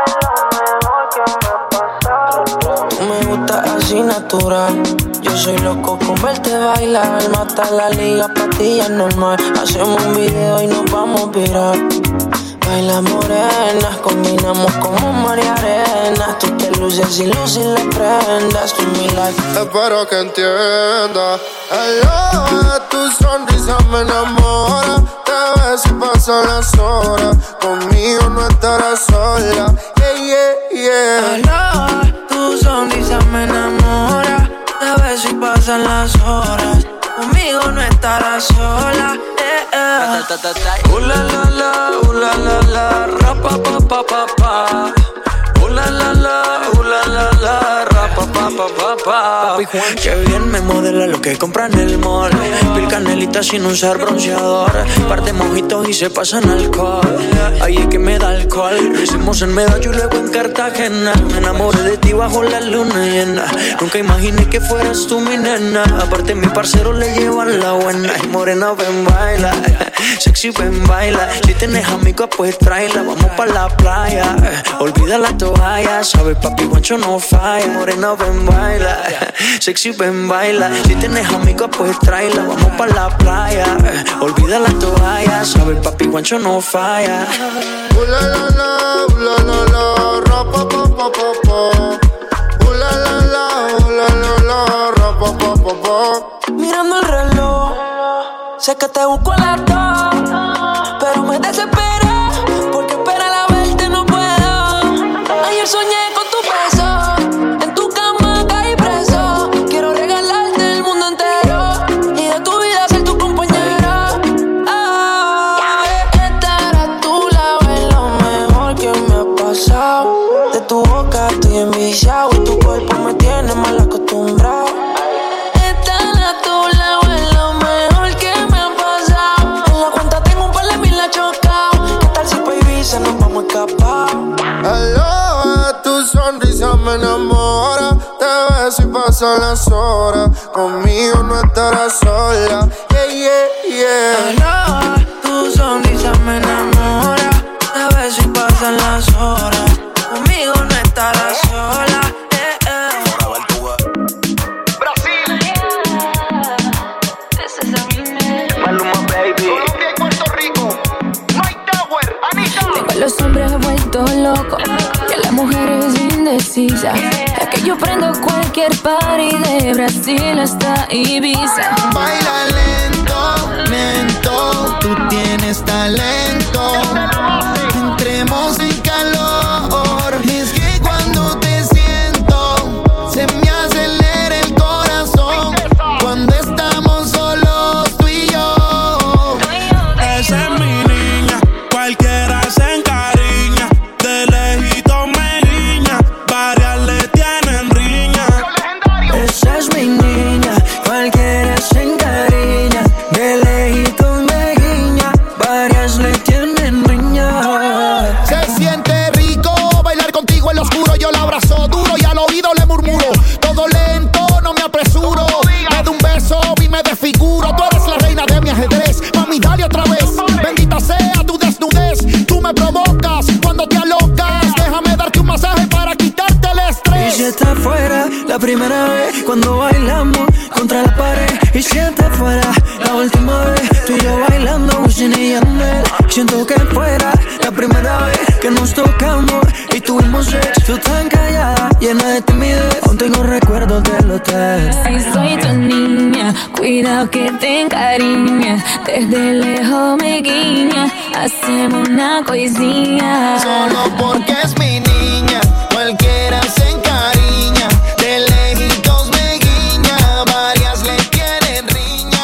es lo mejor que me ha pasado. Tú me gustas así natural. Yo soy loco con verte bailar. Mata la liga, pa' ti es normal. Hacemos un video y nos vamos viral. Baila morenas, combinamos como mar y arena. Tú te luces y luces le prendas. Tú mi life. Espero que entiendas. Hello, tu sonrisa me enamora. Te ves y pasan las horas. Conmigo no estarás sola. Yeah, yeah, yeah. Hello, tu sonrisa me enamora. Te ves y pasan las horas. Conmigo no estarás sola. Yeah. Uh la la la, uh la la la, ra pa pa pa pa pa. Uh la la la, uh la la la, ra pa pa pa pa pa. Papi Juan, que bien me modela lo que compra en el mall. Pil canelita sin usar bronceador. Parte mojitos y se pasan alcohol. Ahí es que me da alcohol. Lo hicimos en Medallo y luego en Cartagena. Me enamoré de ti bajo la luna llena. Nunca imaginé que fueras tú mi nena. Aparte mi parcero le llevan la buena. Y morena ven baila, sexy ven baila. Si tienes amigos pues tráela. Vamos pa' la playa, olvida la toalla. Sabes papi guancho no falla. Morena ven baila, sexy ven baila. Si tienes amigos pues tráela. Vamos pa' la playa, olvida la toalla. Sabes papi guancho no falla. Uh la la la, uh la la la, ra pa pa pa pa pa. Uh la la la, uh la la la, ra pa pa pa pa. Mirando el reloj, sé que te busco a las dos, pero me desesperé porque esperar a verte no puedo. Ayer soñé con tu beso pasan las horas, conmigo no estarás sola. Yeah, yeah, yeah. Aloha, tu sonrisa me enamora. A ver si pasan las horas, conmigo no estarás sola. Eh, eh. Brasil. Maluma, baby. Colombia y Puerto Rico. Mike Tower, Anita. Tengo a los hombres vueltos locos y a las mujeres indecisas. Es que yo prendo cualquier party de Brasil hasta Ibiza. Baila lento, lento, tú tienes talento. Entremos en calor. Es que cuando te siento, se me acelera el corazón. Cuando estamos solos tú y yo. Esa es mi niña, cualquiera se encariña. De lejito me guiña, varias le tienen riña. Esa es mi niña, cualquiera se encariña. De lejito me guiña, varias le tienen riña. Se siente rico bailar contigo en lo oscuro. Yo la abrazo duro y al oído le murmuro. Todo lento, no me apresuro. Me da un beso y me desfiguro. Tú eres la reina de mi ajedrez. Mami, dale otra vez. Bendita sea tu desnudez. Tú me provocas cuando te alocas. Déjame darte un masaje para quitarte el Y estrés. si está fuera, la primera vez cuando bailamos contra la pared. Y si está fuera, la última vez tú y yo bailando Wisin y Yandel. Siento que fuera la primera vez que nos tocamos y tuvimos sex. Tú tan callada, llena de timidez. Aún tengo recuerdos del hotel. Si soy tu niña, cuidado que te encariñas. Desde lejos me guiña, hacemos una coisinha. Solo porque es mi niña, cualquiera se encariña. De lejitos me guiña, varias le tienen riña.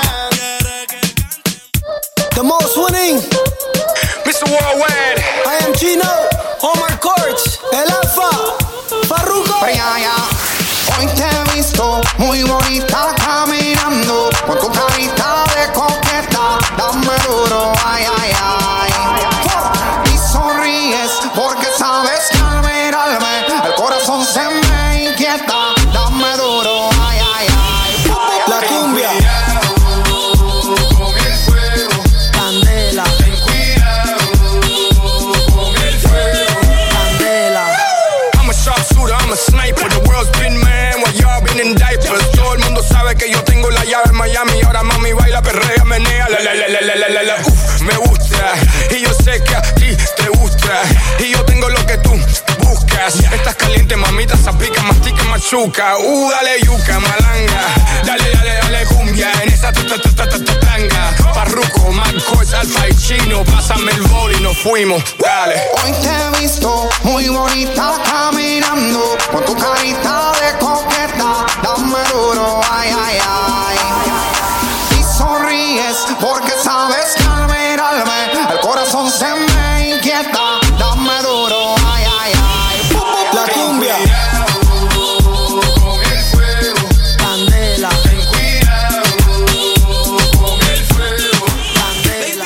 The most winning mister Worldwide. I am Chino, Omar Courts, El Alfa, Farruko. Hoy te he visto muy bonita caminando, con tu carita de coqueta, dame duro, ay, ay, ay. Y sonríes porque sabes que al mirarme el corazón se me inquieta, dame duro, ay, ay, ay. La cumbia. Con el fuego, Candela, ten cuidado con el fuego. Candela. I'm a sharpshooter, I'm a sniper. The world's been mad while y'all been in diapers. Todo el mundo sabe que yo tengo la llave en Miami. Ahora mami baila, perrea, menea, la la la la la la la la. Uf, me gusta y yo sé que a ti te gusta y yo tengo lo que tú buscas. Estás caliente, mamita, zapica, mastica, machuca. Uh, dale yuca, malanga. Dale, dale, dale cumbia en esa tanga. Farruko, Marcos, Alfa y Chino. Pásame el bol y nos fuimos. Dale. Hoy te he visto muy bonita caminando, con tu carita de coqueta, dame duro, ay, ay, ay. Y sonríes porque sabes que al mirarme el corazón se me inquieta, dame duro, ay, ay, ay. La cumbia. Con el fuego, Candela, ten cuidado con el fuego. Candela.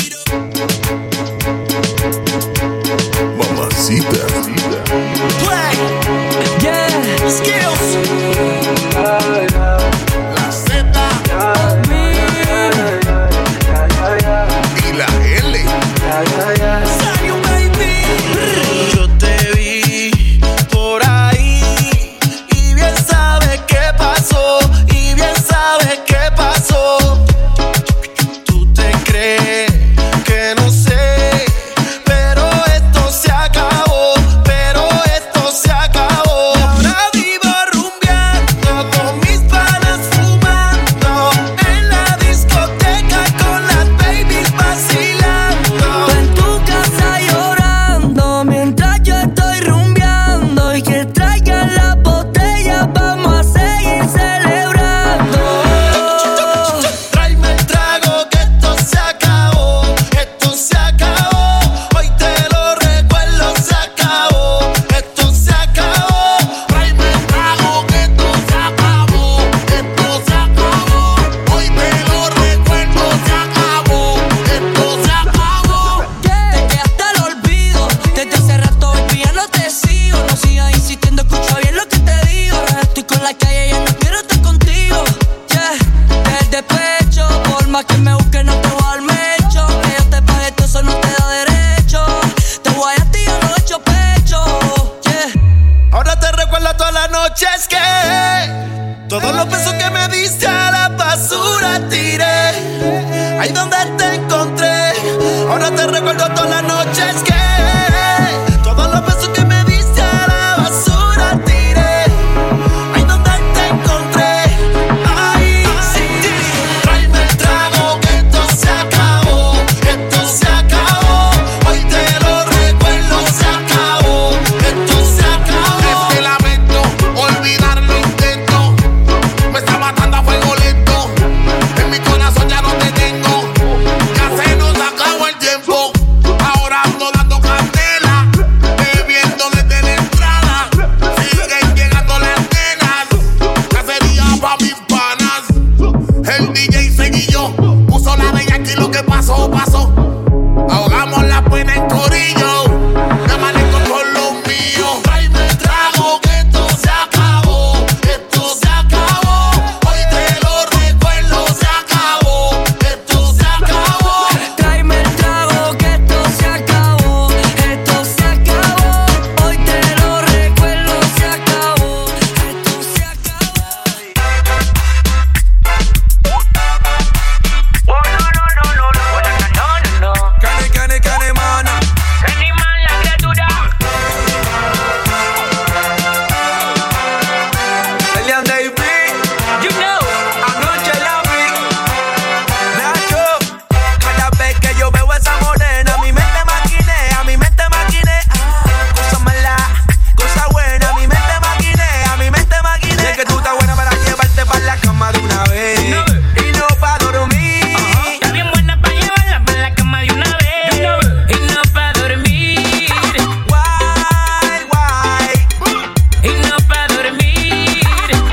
Mamacita. Play. Yeah, Skills. La Z y la L. pa' que me busque, no te voy a dar mecho. Que yo te pague, esto eso no te da derecho. Te voy a ti, yo lo he hecho pecho, yeah. Ahora te recuerdo todas las noches que todos los besos que me diste a la basura tiré. Ahí donde te encontré. Ahora te recuerdo todas las noches que todos los besos que me diste a la basura tiré. Ahí donde te encontré. Ay, sí. Tráeme el trago que esto se acabó. Esto se acabó. Hoy te lo recuerdo, se acabó. Esto se acabó. Es que lamento olvidar lo intento. Me está matando a fuego lento. En mi corazón ya no te tengo. Ya se nos acabó el tiempo. Ahora ando dando candela, bebiendo desde la entrada. Siguen llegando las nenas. Cacería pa' mis panas. El D J seguillo puso la de Yankee, lo que pasó, pasó. Ahogamos la pena en corillo. Me manejo con los míos. Tráeme el trago que esto se acabó. Esto se acabó. Hoy te lo recuerdo, se acabó. Esto se acabó. Tráeme el trago que esto se acabó. Esto se acabó. Hoy te lo recuerdo, se acabó. Esto se acabó. Oh, no, no, no, no, no, no, no, no. Cane, cane, cane, mana. Animal, la criatura. Elian David, You know. anoche la vi. Nacho, cada vez que yo veo esa morena, mi mente maquinea, mi mente maquinea. Cosa mala, cosa buena, mi mente maquinea, mi mente maquinea. Es que tú estás buena para llevarte para la cama de una vez. Y no pa' dormir. Está bien buena para llevarla para la cama de una vez. Y no para dormir. Guay, guay, Y no para dormir.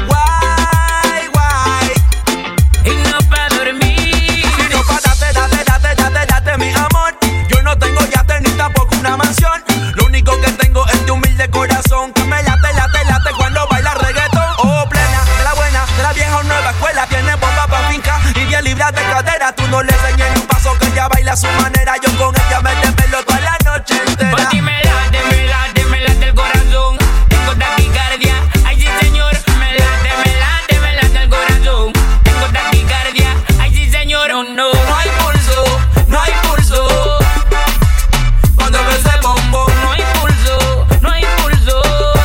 guay, guay. Y no para dormir. Si no pa' date, date, date, date, date, mi amor. Yo no tengo yate ni tampoco una mansión. Lo único que tengo es tu humilde corazón que me late, late, late cuando baila reggaetón. Oh, plena, de la buena, de la vieja o nueva escuela. Tiene bomba pa' finca y bien libre de cadera. Tú no le enseñes ni un paso que ella baila a su manera. Yo con ella me desvelo toda la noche entera. Por ti me late, me late, me late el corazón. Tengo taquicardia, ay sí señor. Me late, me late, me late el corazón. Tengo taquicardia, ay sí señor. Oh no. No hay pulso, no hay pulso. Cuando ves ese bombo, No hay pulso, no hay pulso.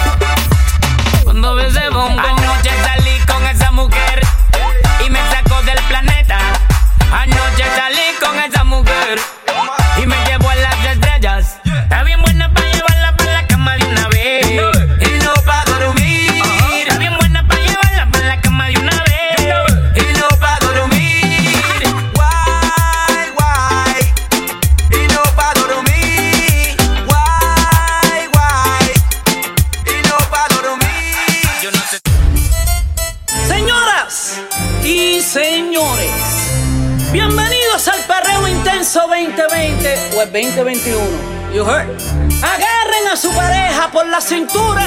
Cuando ves ese bombo. Anoche salí con esa mujer y me sacó del planeta. Anoche salí con esa mujer y me llevó a las estrellas. Está bien buena para llevarla para la cama de una vez. y no pa' dormir. Está bien buena para llevarla para la cama de una vez. Y no pa' dormir. Guay, guay. Y no pa' dormir. Guay, guay. Y no pa' dormir. Yo no sé. Señoras y señores, bienvenidos al Perreo Intenso veinte veinte o el veinte veintiuno. You heard? Agarren a su pareja por la cintura.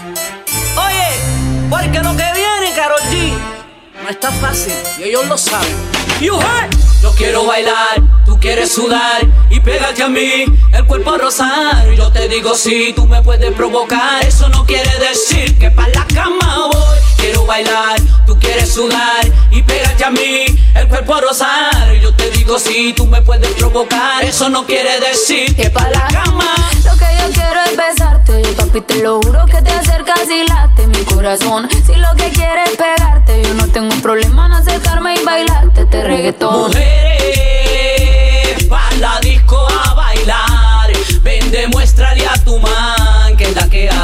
Oye, porque lo que viene, Karol G, no está fácil y ellos lo saben. You heard? Yo quiero bailar, tú quieres sudar y pégate a mí, el cuerpo a rozar. Yo te digo si tú me puedes provocar, eso no quiere decir que pa' la cama voy. Quiero bailar, tú quieres sudar y pégate a mí, el cuerpo a rozar. Yo te digo si tú me puedes provocar, eso no quiere decir que pa' la cama. Lo que yo quiero es besarte, oye papi, te lo juro que te acercas y late mi corazón. Si lo que quieres es pegarte, yo no tengo un problema en acercarme y bailarte este reggaetón. Mujeres, pa' la disco a bailar. Ven, demuéstrale a tu man que es la que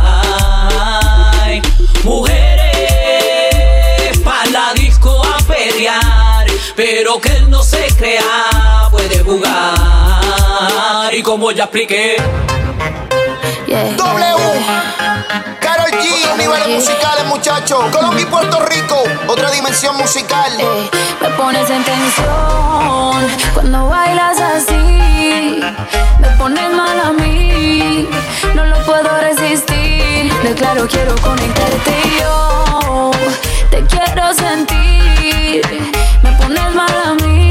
hay. Mujeres, pa' la disco a pelear. Pero que él no se crea, puede jugar. Y como ya expliqué, yeah. W, Karol G, niveles musicales, muchachos. Colombia y Puerto Rico, otra dimensión musical. Eh, me pones en tensión cuando bailas así. Me pones mal a mí, no lo puedo resistir. Declaro, quiero conectarte y yo te quiero sentir. Me pones mal a mí.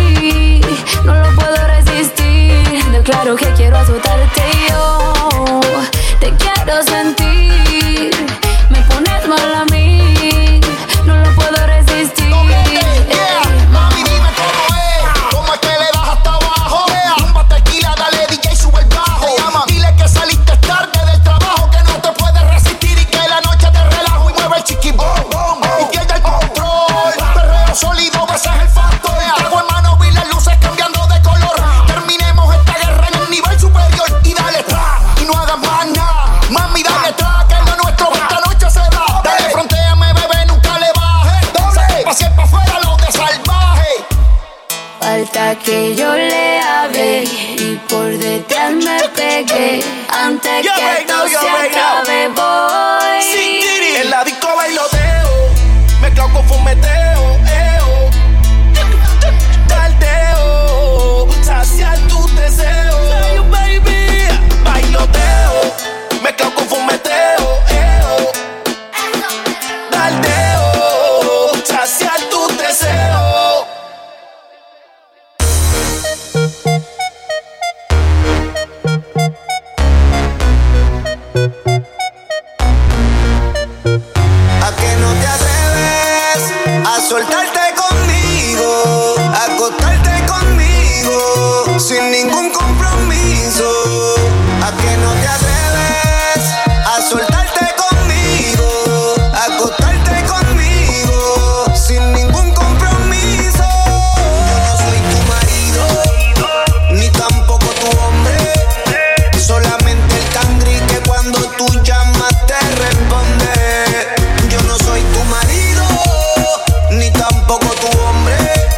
falta que yo le hable y por detrás me pegué. Antes yo que esto se acabe voy. Sí, en la disco bailoteo, mezclado con fumeteo, eo. Daldeo, saciar tus deseos. Baby, bailoteo, mezclado con fumeteo, eo. Daldeo, saciar tus deseos. ¿A que no te atreves a soltarte conmigo, a acostarte conmigo sin ningún compromiso? ¿A que no te atreves a soltarte conmigo, a acostarte conmigo sin ningún compromiso? Yo no soy tu marido, ni tampoco tu hombre, solamente el cangri que cuando tú llamas te responde. Yo no soy tu marido, ni tampoco tu hombre,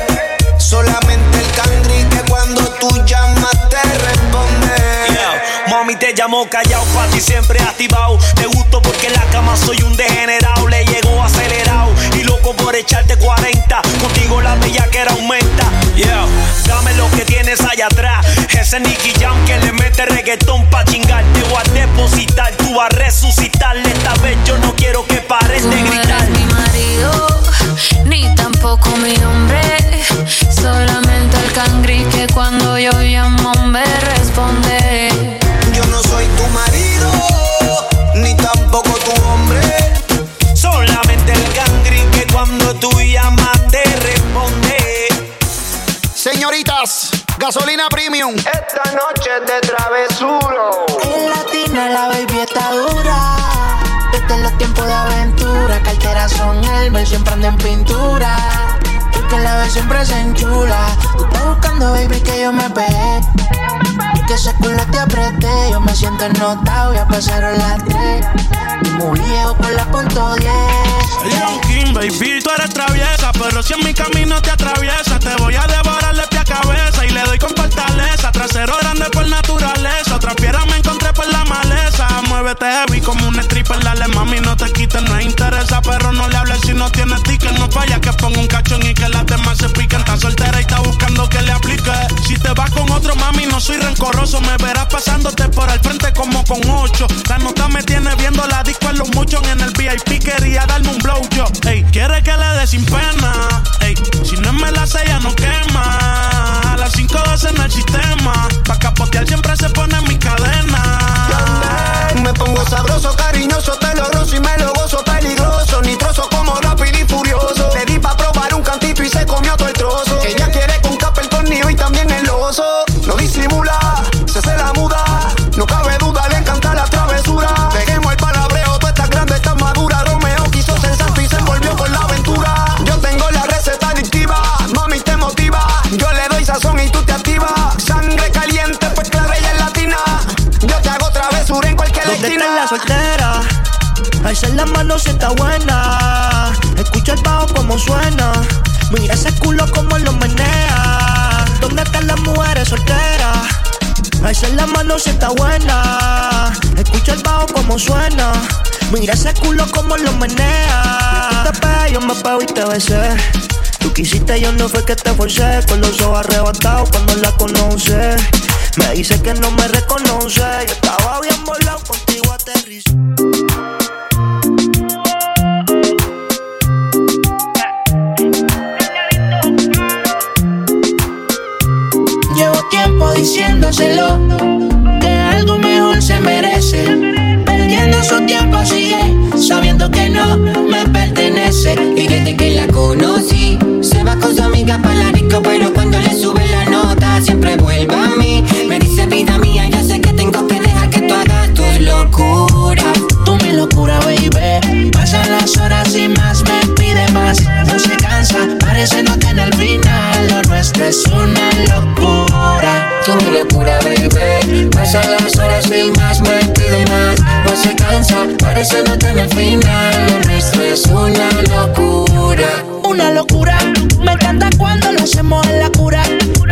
solamente el cangri que cuando tú llamas te responde. Yeah, mami te llamo callao, pa' ti siempre activado. Te gusto porque en la cama soy un degenerado. Le llego acelerado y loco por echarte cuarenta. Contigo la bellaquera aumenta. Yeah, dame lo que tienes allá atrás. Ese Nicky Jam que le mete reggaetón pa' chingar. Te voy a depositar, tú vas a resucitar. Esta vez yo no quiero que pares de gritar. No eres mi marido, ni tampoco mi hombre, solamente el cangri que cuando yo llamo me responde. Yo no soy tu marido, ni tampoco tu hombre, solamente el cangri que cuando tú llamas te responde. Señoritas, gasolina premium. Esta noche es de travesuro. En latina la baby está dura. Desde los tiempos de aventura, carteras son Elmer, siempre ando en pintura. Y que la ve siempre se enchula. Tú estás buscando, baby, que yo me pegue y que ese culo te apreté. Yo me siento ennotado, ya pasaron las tres. Muy viejo con la punto diez. Young King, baby, tú eres traviesa, pero si en mi camino te atraviesa, te voy a devorar de pie a cabeza y le doy con fortaleza. Trasero grande por naturaleza, otra piedra me encontré por la maleza. Muévete heavy como un stripper, dale mami, no te quites, no interesa, pero no le hables si no tienes ticket. No falla que ponga un cachón y que las demás se piquen. Está soltera y está buscando que le aplique. Si te vas con otro, mami, no soy rencoroso. Me verás pasándote por el frente como con ocho. La nota me tiene viendo la disco en los muchos. En el V I P quería darme un blow yo. Ey, quiere que le dé sin pena. Ey, si no me la sella no quema. A las cinco doce en el sistema. Pa' capotear siempre se pone en mi cadena. Me pongo sabroso, cariñoso, te lo rozo y me lo gozo. Peligroso, nitroso como rápido y furioso. Le di pa' probar un cantito y se comió todo el trozo. Ella quiere con capa el tornillo y también el oso. No disimula, se hace la muda. No cabe duda, le encanta la travesura. Dejemos el palabreo, tú estás grande, estás madura. Romeo quiso ser santo y se envolvió con la aventura. Yo tengo la receta adictiva, mami te motiva. Yo le doy sazón y tú te activas. Sangre caliente, pues clara ella es latina. Yo te hago travesura en cualquier ¿dónde esquina? está la soltera? Alza la mano si está buena. Escucha el bajo como suena. Mira ese culo como lo menea. ¿Dónde están las mujeres solteras? Alza la mano si está buena. Escucha el bajo como suena. Mira ese culo como lo menea. Tú te pegas, yo me pego y te besé. Tú quisiste, yo no fue que te forcé. Con los ojos arrebatados cuando la conoce. Me dice que no me reconoce. Yo estaba bien volado, contigo aterricé. Llevo tiempo diciéndoselo, que algo mejor se merece. Perdiendo su tiempo sigue, sabiendo que no me pertenece. Y desde que la conocí, se va con su amiga para la disco, pero cuando le sube la nota siempre vuelve a mí. Me dice vida mía, yo sé que tengo que dejar que tú hagas tus locuras. Tú mi locura, baby. Pasan las horas y más me pide más. No se cansa, parece no tener final. Lo nuestro es una locura. Tú mi locura, baby. Pasan las horas y más me pide más. No se cansa, parece no tener final. Lo nuestro es una locura. Una locura, me encanta cuando lo hacemos en la cura.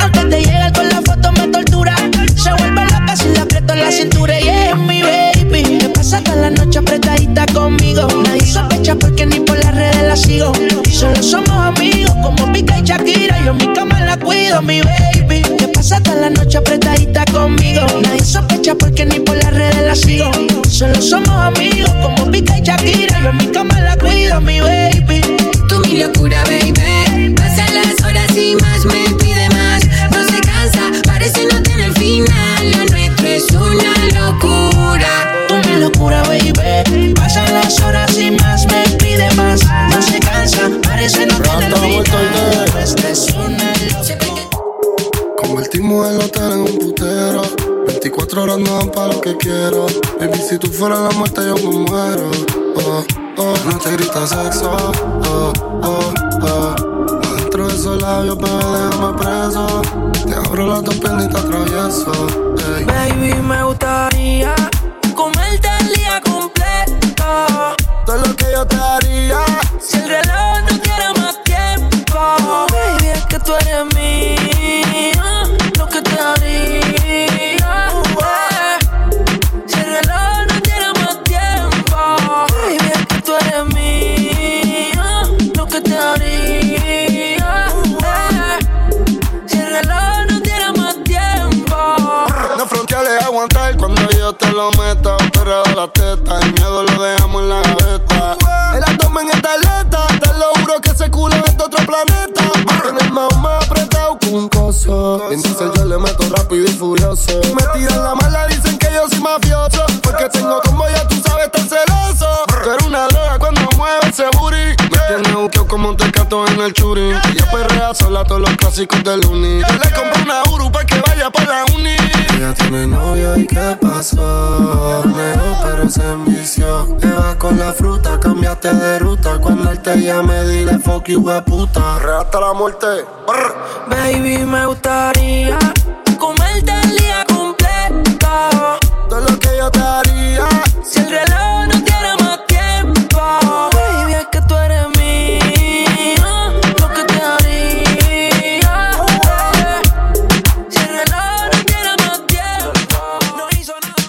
cuido, mi baby. Que pasa toda la noche apretadita conmigo. Nadie sospecha porque ni por las redes la sigo. Solo somos amigos como Pica y Shakira. Yo en mi cama la cuido, mi baby. Tú mi locura, baby. Pasan las horas y más me pide más. No se cansa, parece no tener final. Lo nuestro es una locura. Tú mi locura, baby. Pasan las horas y más me pide más. No se cansa, parece no tener final. Lo nuestro es una locura. Convertimos el hotel en un putero. veinticuatro horas no dan pa' lo que quiero. Baby, si tú fueras la muerte yo me muero. Oh, oh, no te grita sexo. Oh, oh, oh. Adentro de esos labios, bebé, déjame preso. Te abro las dos piernas y te atravieso. Hey. Baby, me gustaría comerte el día completo. Todo lo que yo te haría. Si el reloj no quiere más tiempo. Baby, es que tú eres mía. Lo que te haría. Si el reloj no tiene más tiempo. Baby, es que tú eres mía. Lo que te haría. Si el reloj no tiene más tiempo. No fronteales aguantar cuando yo te lo meta. Pero la teta, el miedo lo dejamos en la gaveta. El abdomen está alerta, te lo juro que ese culo es de otro planeta. Con el más más apretado con un coso. Entonces yo le meto rápido y furioso. Me tiran la mala, dicen que yo soy mafioso. Porque tengo como ya tú sabes tan celoso. Tú eres una droga cuando mueve ese booty. Me tiene buqueo como un tecato en el churi. Ella perrea sola todos los clásicos del uni. Yo le compro una Uru pa' que vaya pa' la uni. Ella tiene novio y ¿qué pasó? Negó pero se envició. Te vas con la fruta, cambiaste de ruta. Cuando él te llame dile fuck you, puta. Hasta la muerte. Brr. Baby, me gustaría comerte el día completo. Todo lo que yo te haría. Si el reloj no tiene más tiempo. Baby, es que tú eres mía. Lo que te haría. Si el reloj no tiene más tiempo. No hizo nada.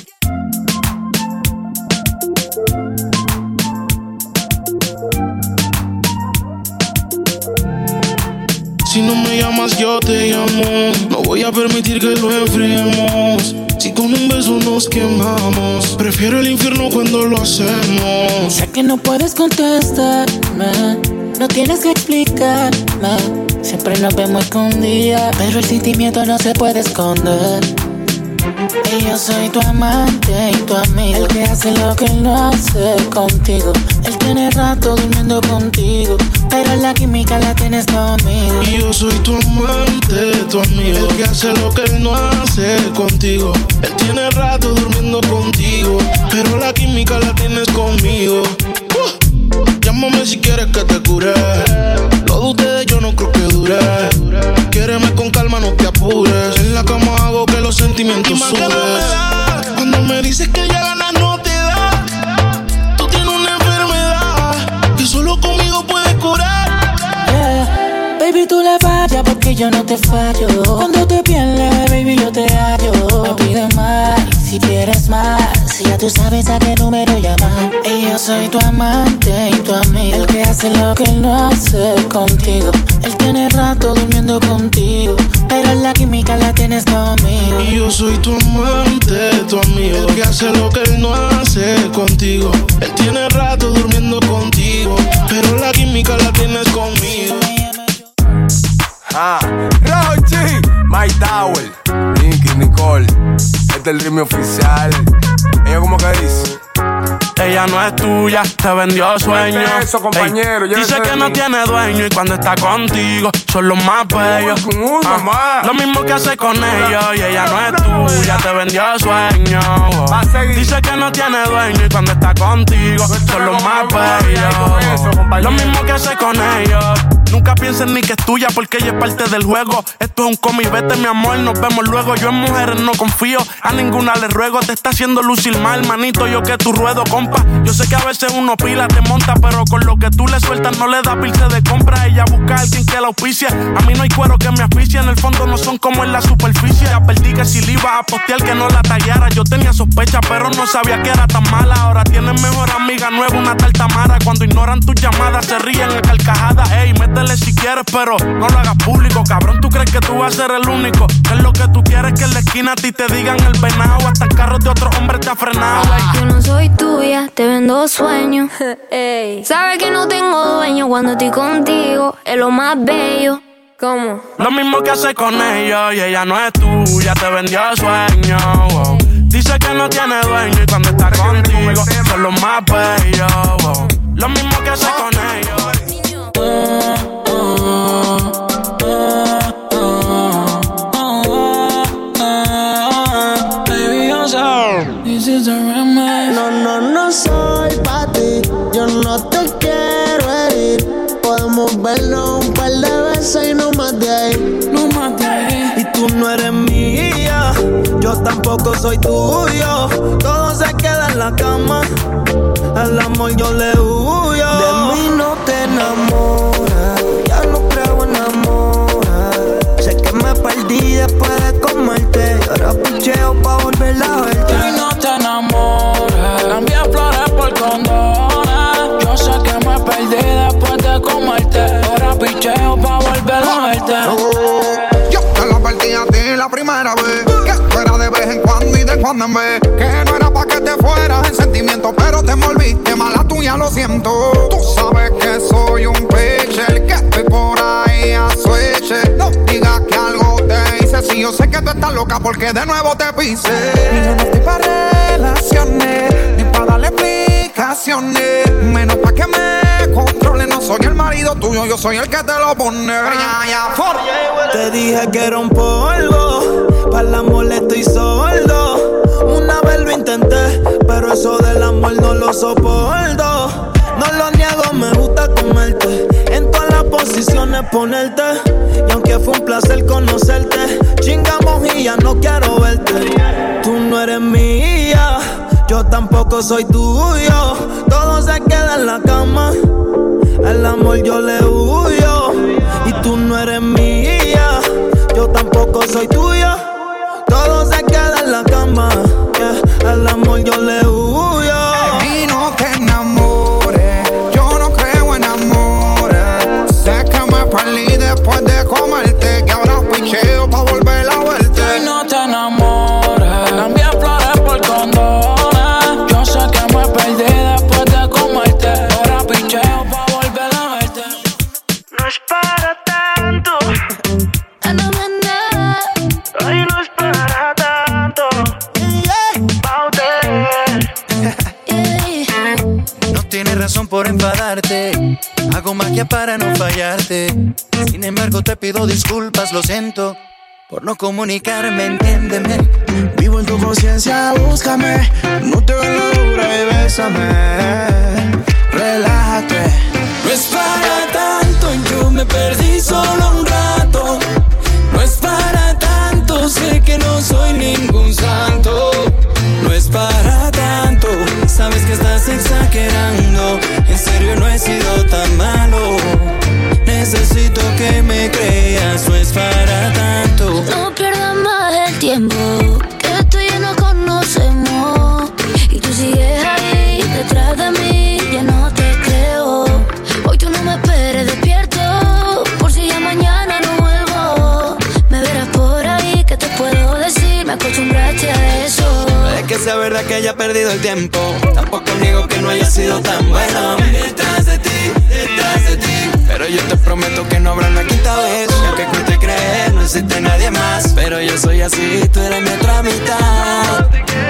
Si no me llamas yo te llamo. No voy a permitir que lo enfriemos. Si con un beso nos quemamos, prefiero el infierno cuando lo hacemos. Sé que no puedes contestarme, no tienes que explicarme. Siempre nos vemos escondidas, pero el sentimiento no se puede esconder. Y yo soy tu amante y tu amigo, el que hace lo que él no hace contigo. Él tiene rato durmiendo contigo, pero la química la tienes conmigo. Y yo soy tu amante, tu amigo, el que hace lo que él no hace contigo. Él tiene rato durmiendo contigo, pero la química la tienes conmigo. uh, Llámame si quieres que te cure. Lo de ustedes yo no creo que dure. Quiéreme con calma, no te apures. En la cama hago que los sentimientos suben. Cuando me dices que ya ganas no te da. Tú tienes una enfermedad que solo conmigo puedes curar. Yeah. Baby, tú le fallas porque yo no te fallo. Cuando te pierdes, baby, yo te hallo. Me pides más, si quieres más. Si ya tú sabes a qué número llamar. Y yo soy tu amante y tu amigo, el que hace lo que él no hace contigo. Él tiene rato durmiendo contigo, pero la química la tienes conmigo. Y yo soy tu amante, tu amigo, el que hace lo que él no hace contigo. Él tiene rato durmiendo contigo, pero la química la tienes conmigo. Ah, Rochi, My Tower, Nicky, Nicole, este es el ritmo oficial. Ella como que dice: ella no es tuya, te vendió sueño. Eso, compañero. Ey, dice que no tiene dueño y cuando está contigo son los más bellos. Ah, lo mismo que hace con ellos y ella no es tuya, te vendió sueño. Dice que no tiene dueño y cuando está contigo son los más bellos. Lo mismo que hace con ellos. Nunca pienses ni que es tuya porque ella es parte del juego. Esto es un cómic, vete mi amor, nos vemos luego. Yo en mujeres no confío, a ninguna le ruego. Te está haciendo lucir mal, manito, yo que tu ruedo, compa. Yo sé que a veces uno pila, te monta, pero con lo que tú le sueltas no le da pilce de compra. Ella busca a alguien que la auspicie. A mí no hay cuero que me asfixie, en el fondo no son como en la superficie. Ya perdí que si le iba a postear que no la tallara. Yo tenía sospecha, pero no sabía que era tan mala. Ahora tienes mejor amiga nueva, una tal Tamara. Cuando ignoran tus llamadas se ríen a carcajadas. Ey, mete métele si quieres, pero no lo hagas público. Cabrón, ¿tú crees que tú vas a ser el único? Que es lo que tú quieres, que en la esquina a ti te digan el venado. Hasta el carro de otro hombre te ha frenado. Yo no soy tuya, te vendo sueños. Ey. Sabes que no tengo dueño cuando estoy contigo. Es lo más bello. ¿Cómo? Lo mismo que hace con ellos y ella no es tuya, te vendió sueño. Wow. Dice que no tiene dueño y cuando está contigo son los más bellos. Wow. Lo mismo que hace con ellos. Uh, uh, uh, uh, uh, uh, baby, I'm sorry. This is the remedy. No, no, no soy pa' ti. Yo no te quiero herir. Podemos vernos un par de veces y no más de ahí. No más de ahí. Y tú no eres mía, yo tampoco soy tuyo. Todo se queda en la cama. Al amor yo le huyo. De mí no te enamoras, ya no creo en amor. Sé que me perdí después de comerte. Y ahora picheo pa' volver a verte. De mí no te enamoras, cambié flores por condones. Yo sé que me perdí después de comerte. Ahora picheo pa' volver a verte. Yo te lo perdí a ti la primera vez. Que fuera de vez en cuando y de cuando en vez. Que no era pa' que te fueras en sentimiento, pero te envolviste, mala tuya, lo siento. Tú sabes que soy un pitcher, que estoy por ahí a switch. No digas que algo te hice, si yo sé que tú estás loca porque de nuevo te pise. Y yo no estoy pa' relaciones, ni pa' darle explicaciones, menos pa' que me controle. No soy el marido tuyo, yo soy el que te lo pone. Ya, ya, for. Te dije que era un polvo, para el amor estoy sordo. Una vez lo intenté, pero eso del amor no lo soporto. No lo niego, me gusta comerte, en todas las posiciones ponerte. Y aunque fue un placer conocerte, chingamos y ya no quiero verte. Tú no eres mía, yo tampoco soy tuyo. Todo se queda en la cama, al amor yo le huyo. Y tú no eres mía, yo tampoco soy tuya. Todo se queda en la cama, yeah. Al amor yo le huyo. Y no te enamores, yo no creo en amores. Sé que me perdí después de comerte, que ahora picheo pa' volver a verte. Y no te enamores, cambié flores por condones. Yo sé que me perdí después de comerte. Ahora picheo pa' volver a verte. No es para tanto. Ay, no es para tanto. No tienes razón por enfadarte, hago magia para no fallarte. Sin embargo te pido disculpas, lo siento por no comunicarme, entiéndeme. Vivo en tu conciencia, búscame. No te veo la dura y bésame. Relájate. No es para tanto, yo me perdí solo un rato. No es para tanto, sé que no soy ningún santo. No es para tanto, sabes que estás exagerando. En serio no he sido tan malo. Necesito que me creas, no es para tanto. No pierdas más el tiempo, que tú y yo nos conocemos. Y tú sigues ahí, detrás de mí, ya no te creo. Hoy tú no me esperes despierto, por si ya mañana no vuelvo. Me verás por ahí, ¿qué te puedo decir? Me acostumbraste a eso. No es que sea verdad que haya perdido el tiempo, tampoco niego que no haya sido tan bueno. Detrás de ti, detrás de ti, pero yo te prometo que no habrá una quinta vez. Aunque cueste creer, no existe nadie más. Pero yo soy así, tú eres mi otra mitad.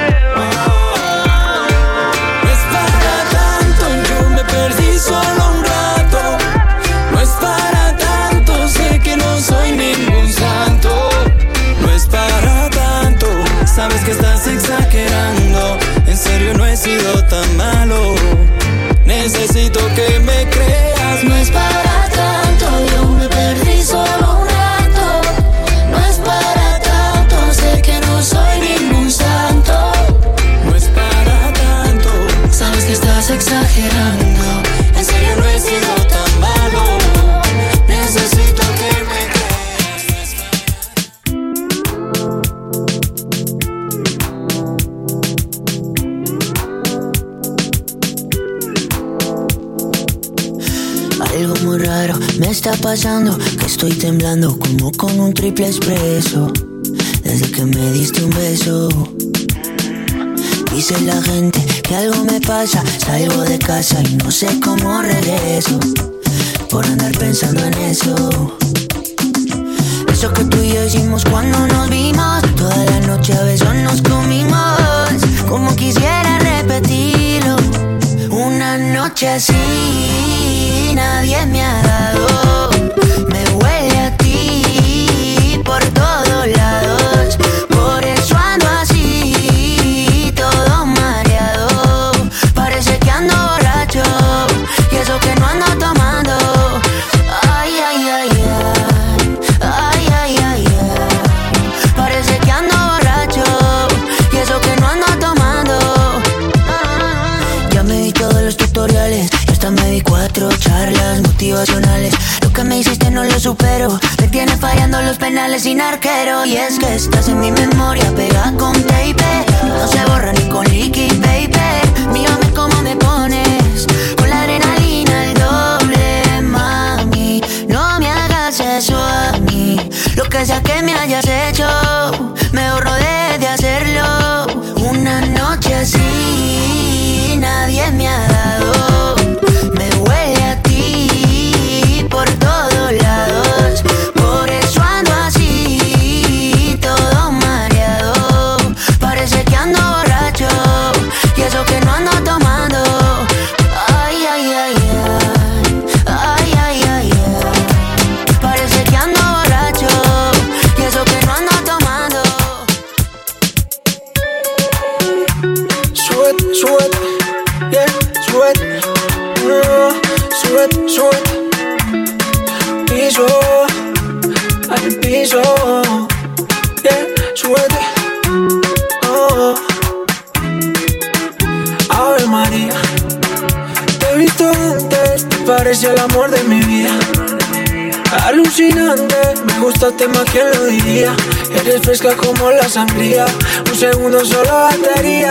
No es para tanto, yo me perdí solo un rato. No es para tanto, sé que no soy ningún santo. No es para tanto, sabes que estás exagerando. En serio no he sido tan malo. Necesito que me creas. No es para tanto, yo me perdí solo un rato. No es para tanto, sé que no soy ningún santo. me está pasando? Que estoy temblando como con un triple expreso. Desde que me diste un beso. Dice la gente que algo me pasa. Salgo de casa y no sé cómo regreso. Por andar pensando en eso. Eso que tú y yo hicimos cuando nos vimos. Toda la noche a besos nos comimos. Como quisiera repetirlo. Una noche así nadie me ha dado. Me huele a ti por todos lados. Por eso ando así, todo mareado. Parece que ando borracho y eso que no ando tomando. Ay, ay, ay, ay. Ay, ay, ay, ay. Parece que ando borracho y eso que no ando tomando. Ya me vi todos los tutoriales y hasta me vi cuatro charlas motivacionales. Lo que me hiciste no lo supero. Me tiene fallando los penales sin arquero. Y es que estás en mi memoria pegada con tape. No se borra ni con liquid, baby. Mírame cómo me pones con la adrenalina al doble, mami. No me hagas eso a mí. Lo que sea que me hayas hecho, me ahorro de, de hacerlo. Una noche así nadie me ha dado. Me huele a ti por todos lados. Por eso ando así, todo mareado. Parece que ando borracho y eso que no ando tomando. Ay, ay, ay, ay. Ay, ay, ay, ay. Parece que ando borracho y eso que no ando tomando. Sweat, sweat, yeah, sweat, uh, sweat, sweat. Piso, al piso, yeah, sweat. Oh. Ave María, te he visto antes, te parece el amor de mi vida. Alucinante, me gustaste más, ¿quién lo diría? Eres fresca como la sangría, un segundo solo batería.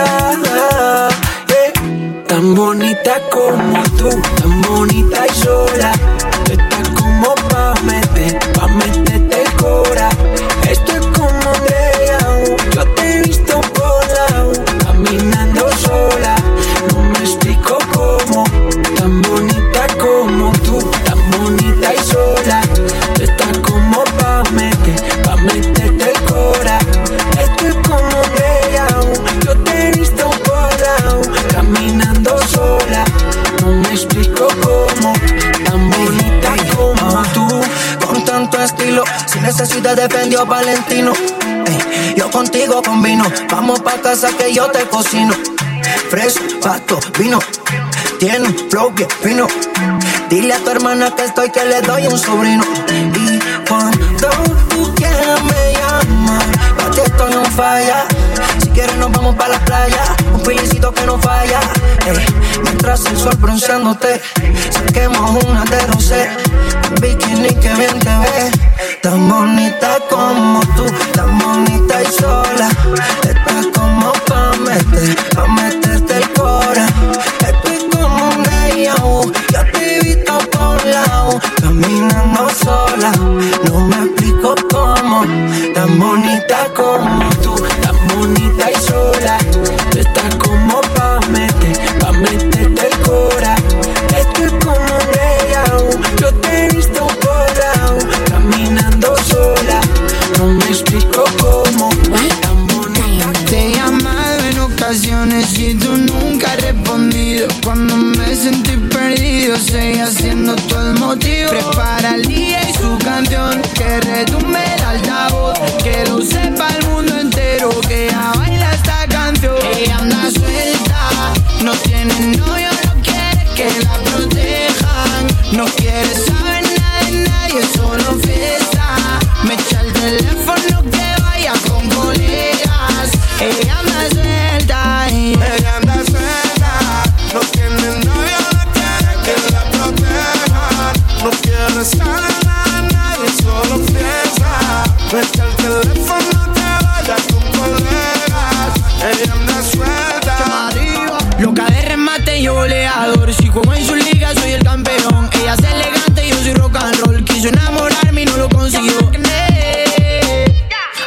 Yeah. Tan bonita como tú, tan bonita y sola. Estás como pa' meter, pa' meterte el cora. Esto es como un déjà vu. Yo te he visto por lado, caminando sola. No me explico cómo, tan bonita como tú, tan bonita y sola. Estás como pa' meter, pa' meterte el cora. Esto es como un déjà vu. Yo te he visto por lado, caminando sola. No me explico cómo, tan bonita como tú, con tanto estilo, sin necesidad de Fendi o Valentino. Ey, yo contigo combino, vamos pa' casa que yo te cocino. Fresco, pasto, vino, tiene un flow bien fino. Dile a tu hermana que estoy, que le doy un sobrino. Y cuando tú quieras me llamas, pa' ti esto no falla. Si quieres nos vamos pa' la playa, un pillecito que no falla. Ey, mientras el sol bronceándote, saquemos una de rosé. Bikini que bien te ve, tan bonita como tú, tan bonita y sola. Estás como pa' meter, pa' meterte el cora. Estoy como un déjà vu, yo te he visto por lado, caminando sola. No me explico cómo, tan bonita como tú, tan bonita y sola. Estás como pa' meter, pa' meterte el cora. Estoy como un déjà vu, yo te he visto por lado, caminando sola. No me explico cómo, tan bonita. Te he llamado en ocasiones y tú nunca has respondido. Cuando me sentí perdido, seguí haciendo todo el motivo. Prepara el día y su canción, que retumbe el altavoz, que lo sepa el mundo entero, que ella baila esta canción. Ella anda suelta, no tiene novio, no quiere que la protejan, no quiere saber nada de nadie, solo fiesta. Me echa el teléfono que vaya con colegas. Ella anda suelta, ella anda suelta, no tiene novio, no quiere que la protejan, no quiere saber nada de nadie, solo fiesta. Me echa el teléfono que vaya con colegas. Ella anda suelta. Loca de remate, yo goleador. Si juego en su liga, soy el campeón. Ella es elegante, yo soy rock and roll.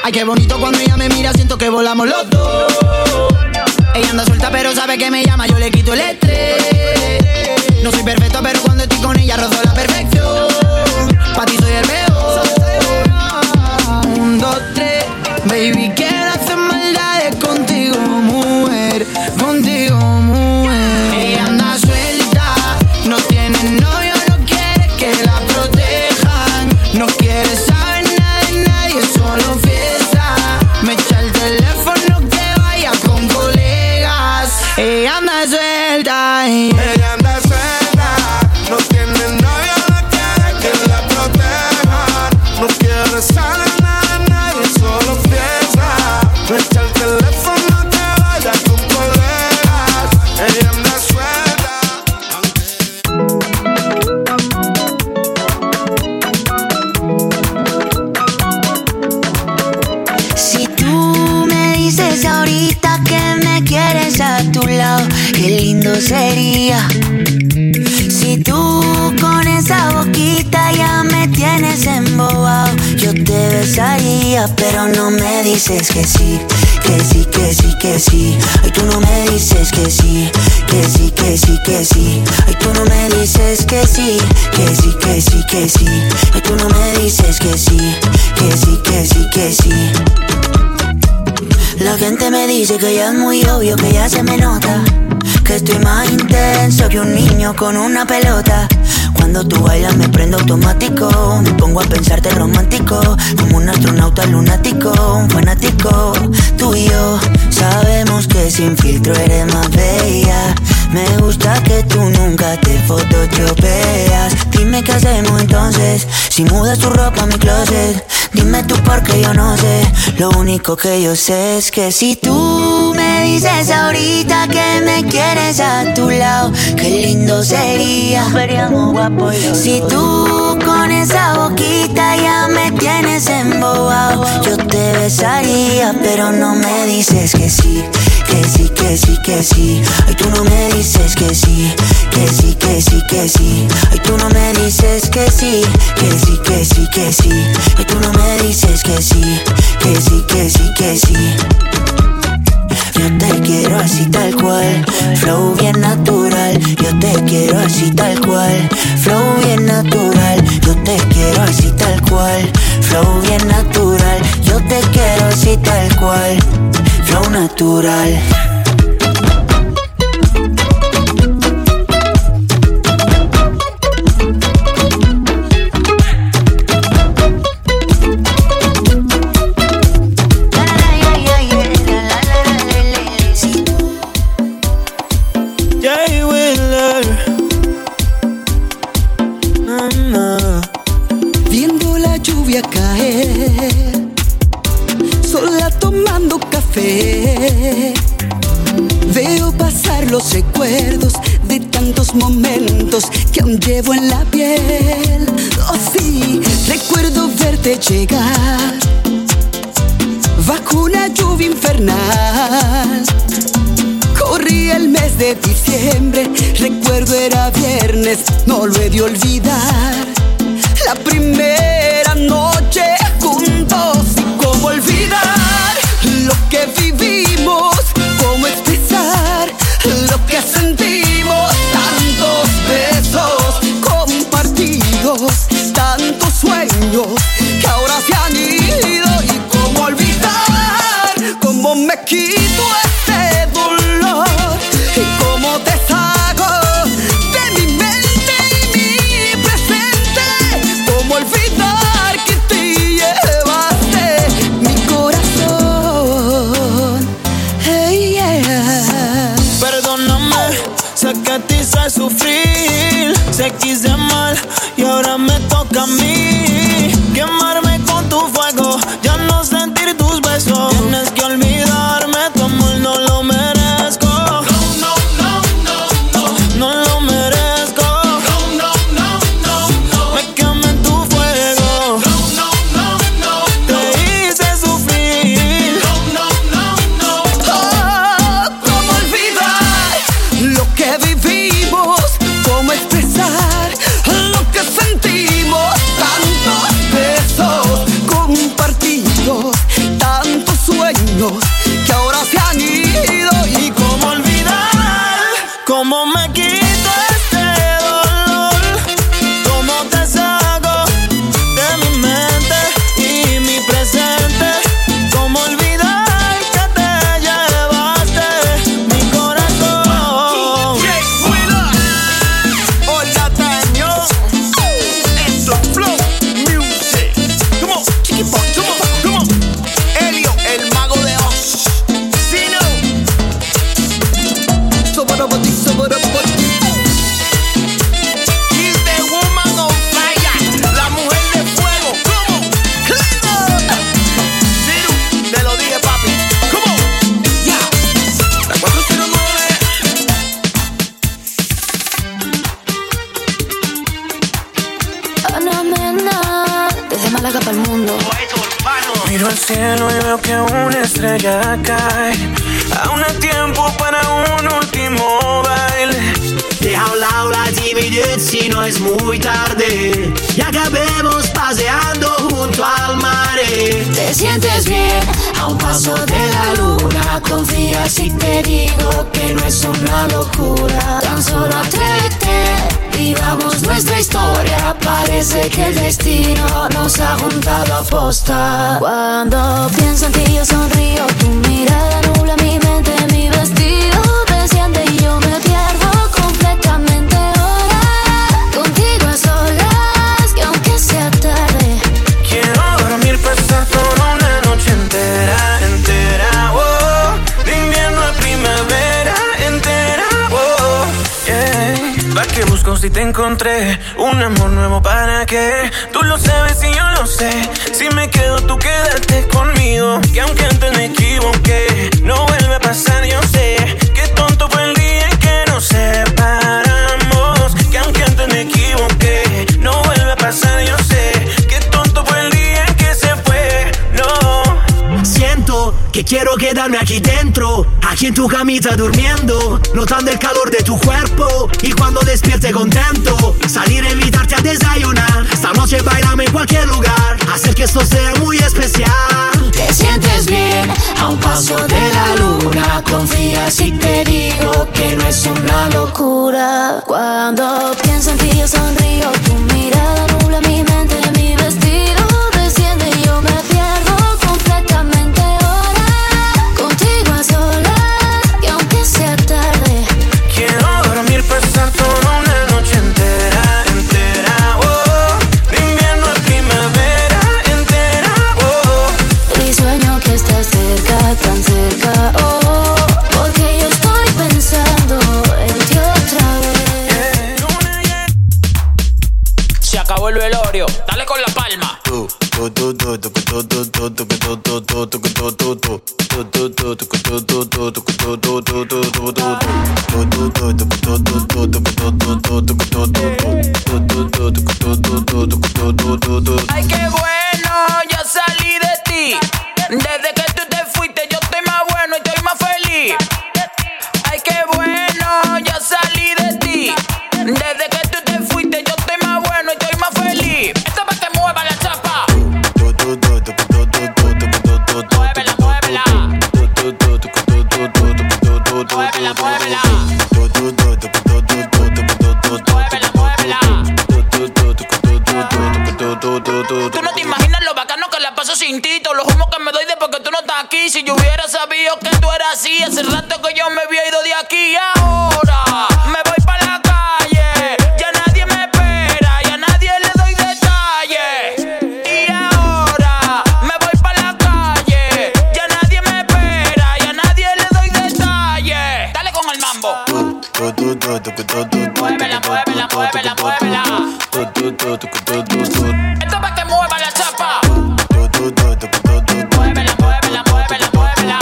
Ay, qué bonito cuando ella me mira, siento que volamos los dos. Ella anda suelta pero sabe que me llama, yo le quito el estrés. No soy perfecto pero cuando estoy con ella rozo la perfección. Pa' ti soy el mejor. Un, dos, tres, baby, quiero hacer maldades contigo, mujer. Contigo, mujer. Ella anda suelta, no tiene novio, no quiere que la protejan. No quiere saber nada de nadie, solo fiesta. Me echa el teléfono que vaya con colegas. Ella anda suelta, eh. Ella anda suelta, no tiene novio, no quiere que la protejan. No quiere saber nada de nadie, solo fiesta. Me echa el teléfono que vaya con colegas. Ella anda suelta. Si tú me dices ahorita que me quieres a tu lado, qué lindo sería. Si tú con esa boquita ya me tienes embobado, yo te besaría, pero no me dices que sí, que sí, que sí, que sí. Ay, tú no me dices que sí, que sí, que sí, que sí. Ay, tú no me dices que sí, que sí, que sí, que sí. Ay, tú no me dices que sí, que sí, que sí, que sí. La gente me dice que ya es muy obvio, que ya se me nota, que estoy más intenso que un niño con una pelota. Cuando tú bailas me prendo automático, me pongo a pensarte romántico, como un astronauta lunático, un fanático. Tú y yo sabemos que sin filtro eres más bella. Me gusta que tú nunca te photoshopeas. Dime qué hacemos entonces, si mudas tu ropa a mi closet. Dime tú porque yo no sé, lo único que yo sé es que si tú me dices ahorita que me quieres a tu lado, qué lindo sería. Si tú con esa boquita ya me tienes embobado, yo te besaría, pero no me dices que sí, que sí, que sí, que sí. Ay, tú no me dices que sí, que sí, que sí, que sí. Ay, tú no me dices que sí, que sí, que sí, que sí. Ay, tú no me dices que sí, que sí, que sí, que sí. Yo te quiero así tal cual, flow bien natural. Yo te quiero así tal cual, flow bien natural. Yo te quiero así tal cual, flow bien natural. Yo te quiero así tal cual, flow natural. Veo pasar los recuerdos de tantos momentos que aún llevo en la piel. Oh sí, recuerdo verte llegar bajo una lluvia infernal. Corría el mes de diciembre, recuerdo era viernes, no lo he de olvidar. La primera noche juntos, y cómo olvidar lo que vivimos, cómo expresar lo que sentimos. Tantos besos compartidos, tantos sueños que ahora se han ido. Y cómo olvidar, cómo me quito este dolor y cómo te saco de mi mente y mi presente. Cómo olvidar que te llevaste mi corazón. Hey, yeah. Perdóname, sé que a ti sé sufrir, sé que hice mal y ahora me toca a mí quemarme con tu fuego, ya no sentir tus besos. Tienes que olvidarme, tu amor no lo merezco. No, no, no, no, no, no lo merezco. No, no, no, no, no, me quemé en tu fuego. No, no, no, no, te hice sufrir. No, no, no, no, Oh, cómo olvidar lo que vivimos, cómo expresar Miro al cielo y veo que una estrella cae. Aún hay tiempo para un último baile. Deja a un lado la timidez si no es muy tarde y acabemos paseando junto al mar. Te sientes bien a un paso de la luna. Confía si te digo que no es una locura. Tan solo atrévete, vivamos nuestra historia. Parece que el destino nos ha juntado a posta. Cuando pienso en ti yo sonrío. Tu mirada nubla mi mente, mi vestido desciende y yo me pierdo completamente ahora. Contigo a solas, que aunque sea tarde, quiero dormir, pasar toda una noche entera, entera, oh. De invierno a primavera, entera, oh, yeah. ¿Para qué busco si te encontré? Un amor nuevo, ¿para qué? Tú lo sabes y yo lo sé. Si me quedo, tú quédate conmigo. Que aunque antes me equivoqué, no vuelve a pasar, yo sé. Qué tonto fue el día en que nos separamos. Que aunque antes me equivoqué, no vuelve a pasar, yo sé. Qué tonto fue el día en que se fue, no. Siento que quiero quedarme aquí dentro, aquí en tu camita durmiendo, notando el calor de tu cuerpo. Y cuando despierte contento, salir a invitarte a desayunar. Esta noche bailame en cualquier lugar, hacer que esto sea muy especial. te sientes bien a un paso de la luna. Confía si te digo que no es una locura. Cuando pienso en ti yo sonrío. Tu mirada nubla mi mente, mi vestido desciende y yo me pierdo completamente ahora. Contigo a solas, y aunque sea tarde, quiero dormir, pasar toda una noche entera, entera, oh. De invierno a primavera, entera, oh. y sueño que estás cerca, tan cerca, oh. Porque yo estoy pensando en ti otra vez. Se acabó el velorio, dale con la palma. Ay, qué bueno, ya salí de ti. Desde que tú te fuiste yo estoy más bueno y estoy más feliz. Ay, qué bueno, ya salí de ti. Desde que tú te fuiste yo estoy más bueno y estoy más feliz. Esto para que mueva la chapa. Muévela, muévela. Muévela, muévela. Muévela, muévela. Tú no te imaginas lo bacano que la paso sin ti. Todos los humos que me doy después que tú no estás aquí. Si yo hubiera sabido que tú eras así, hace rato que yo me había ido de aquí. Ahora me voy para la calle, ya nadie me espera, ya nadie le doy detalles. Y ahora me voy para la calle, ya nadie me espera, ya nadie le doy detalles. Dale con el mambo. Muévela, muévela, muévela, muévela. Esto para que mueva la chapa. Muévela, muévela, muévela, muévela.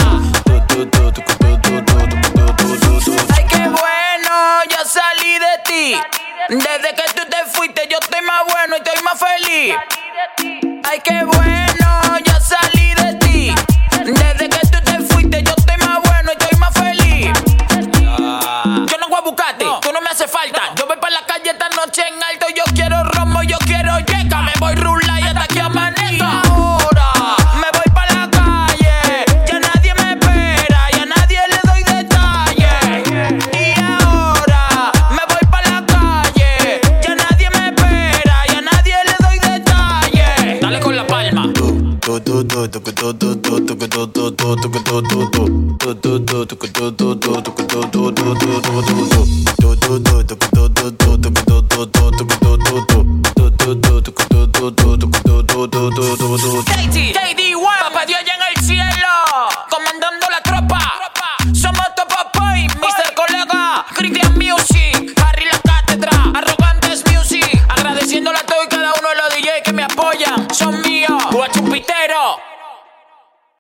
Ay, qué bueno, ya salí de ti. Desde que tú te fuiste yo estoy más bueno y estoy más feliz. Ay, qué bueno, ya salí de ti. Desde que tú te fuiste yo estoy más bueno y estoy más feliz. Yo no voy a buscarte, tú no me hace falta. Yo voy para la calle esta noche en alto. Yo quiero romo, yo quiero yeca. Me voy rula y hasta que amanezca. Ahora me voy para la calle, ya nadie me espera, ya nadie le doy detalles. Y ahora me voy para la calle, ya nadie me espera, ya nadie le doy detalles. Dale con la palma. J D, J D uno, papá Dios allá en el cielo, comandando la tropa. Somos Top Boy, mister Colega, Christian Music, Harry la cátedra, Arrogantes Music. Agradeciéndole a todos y cada uno de los D Js que me apoyan. Son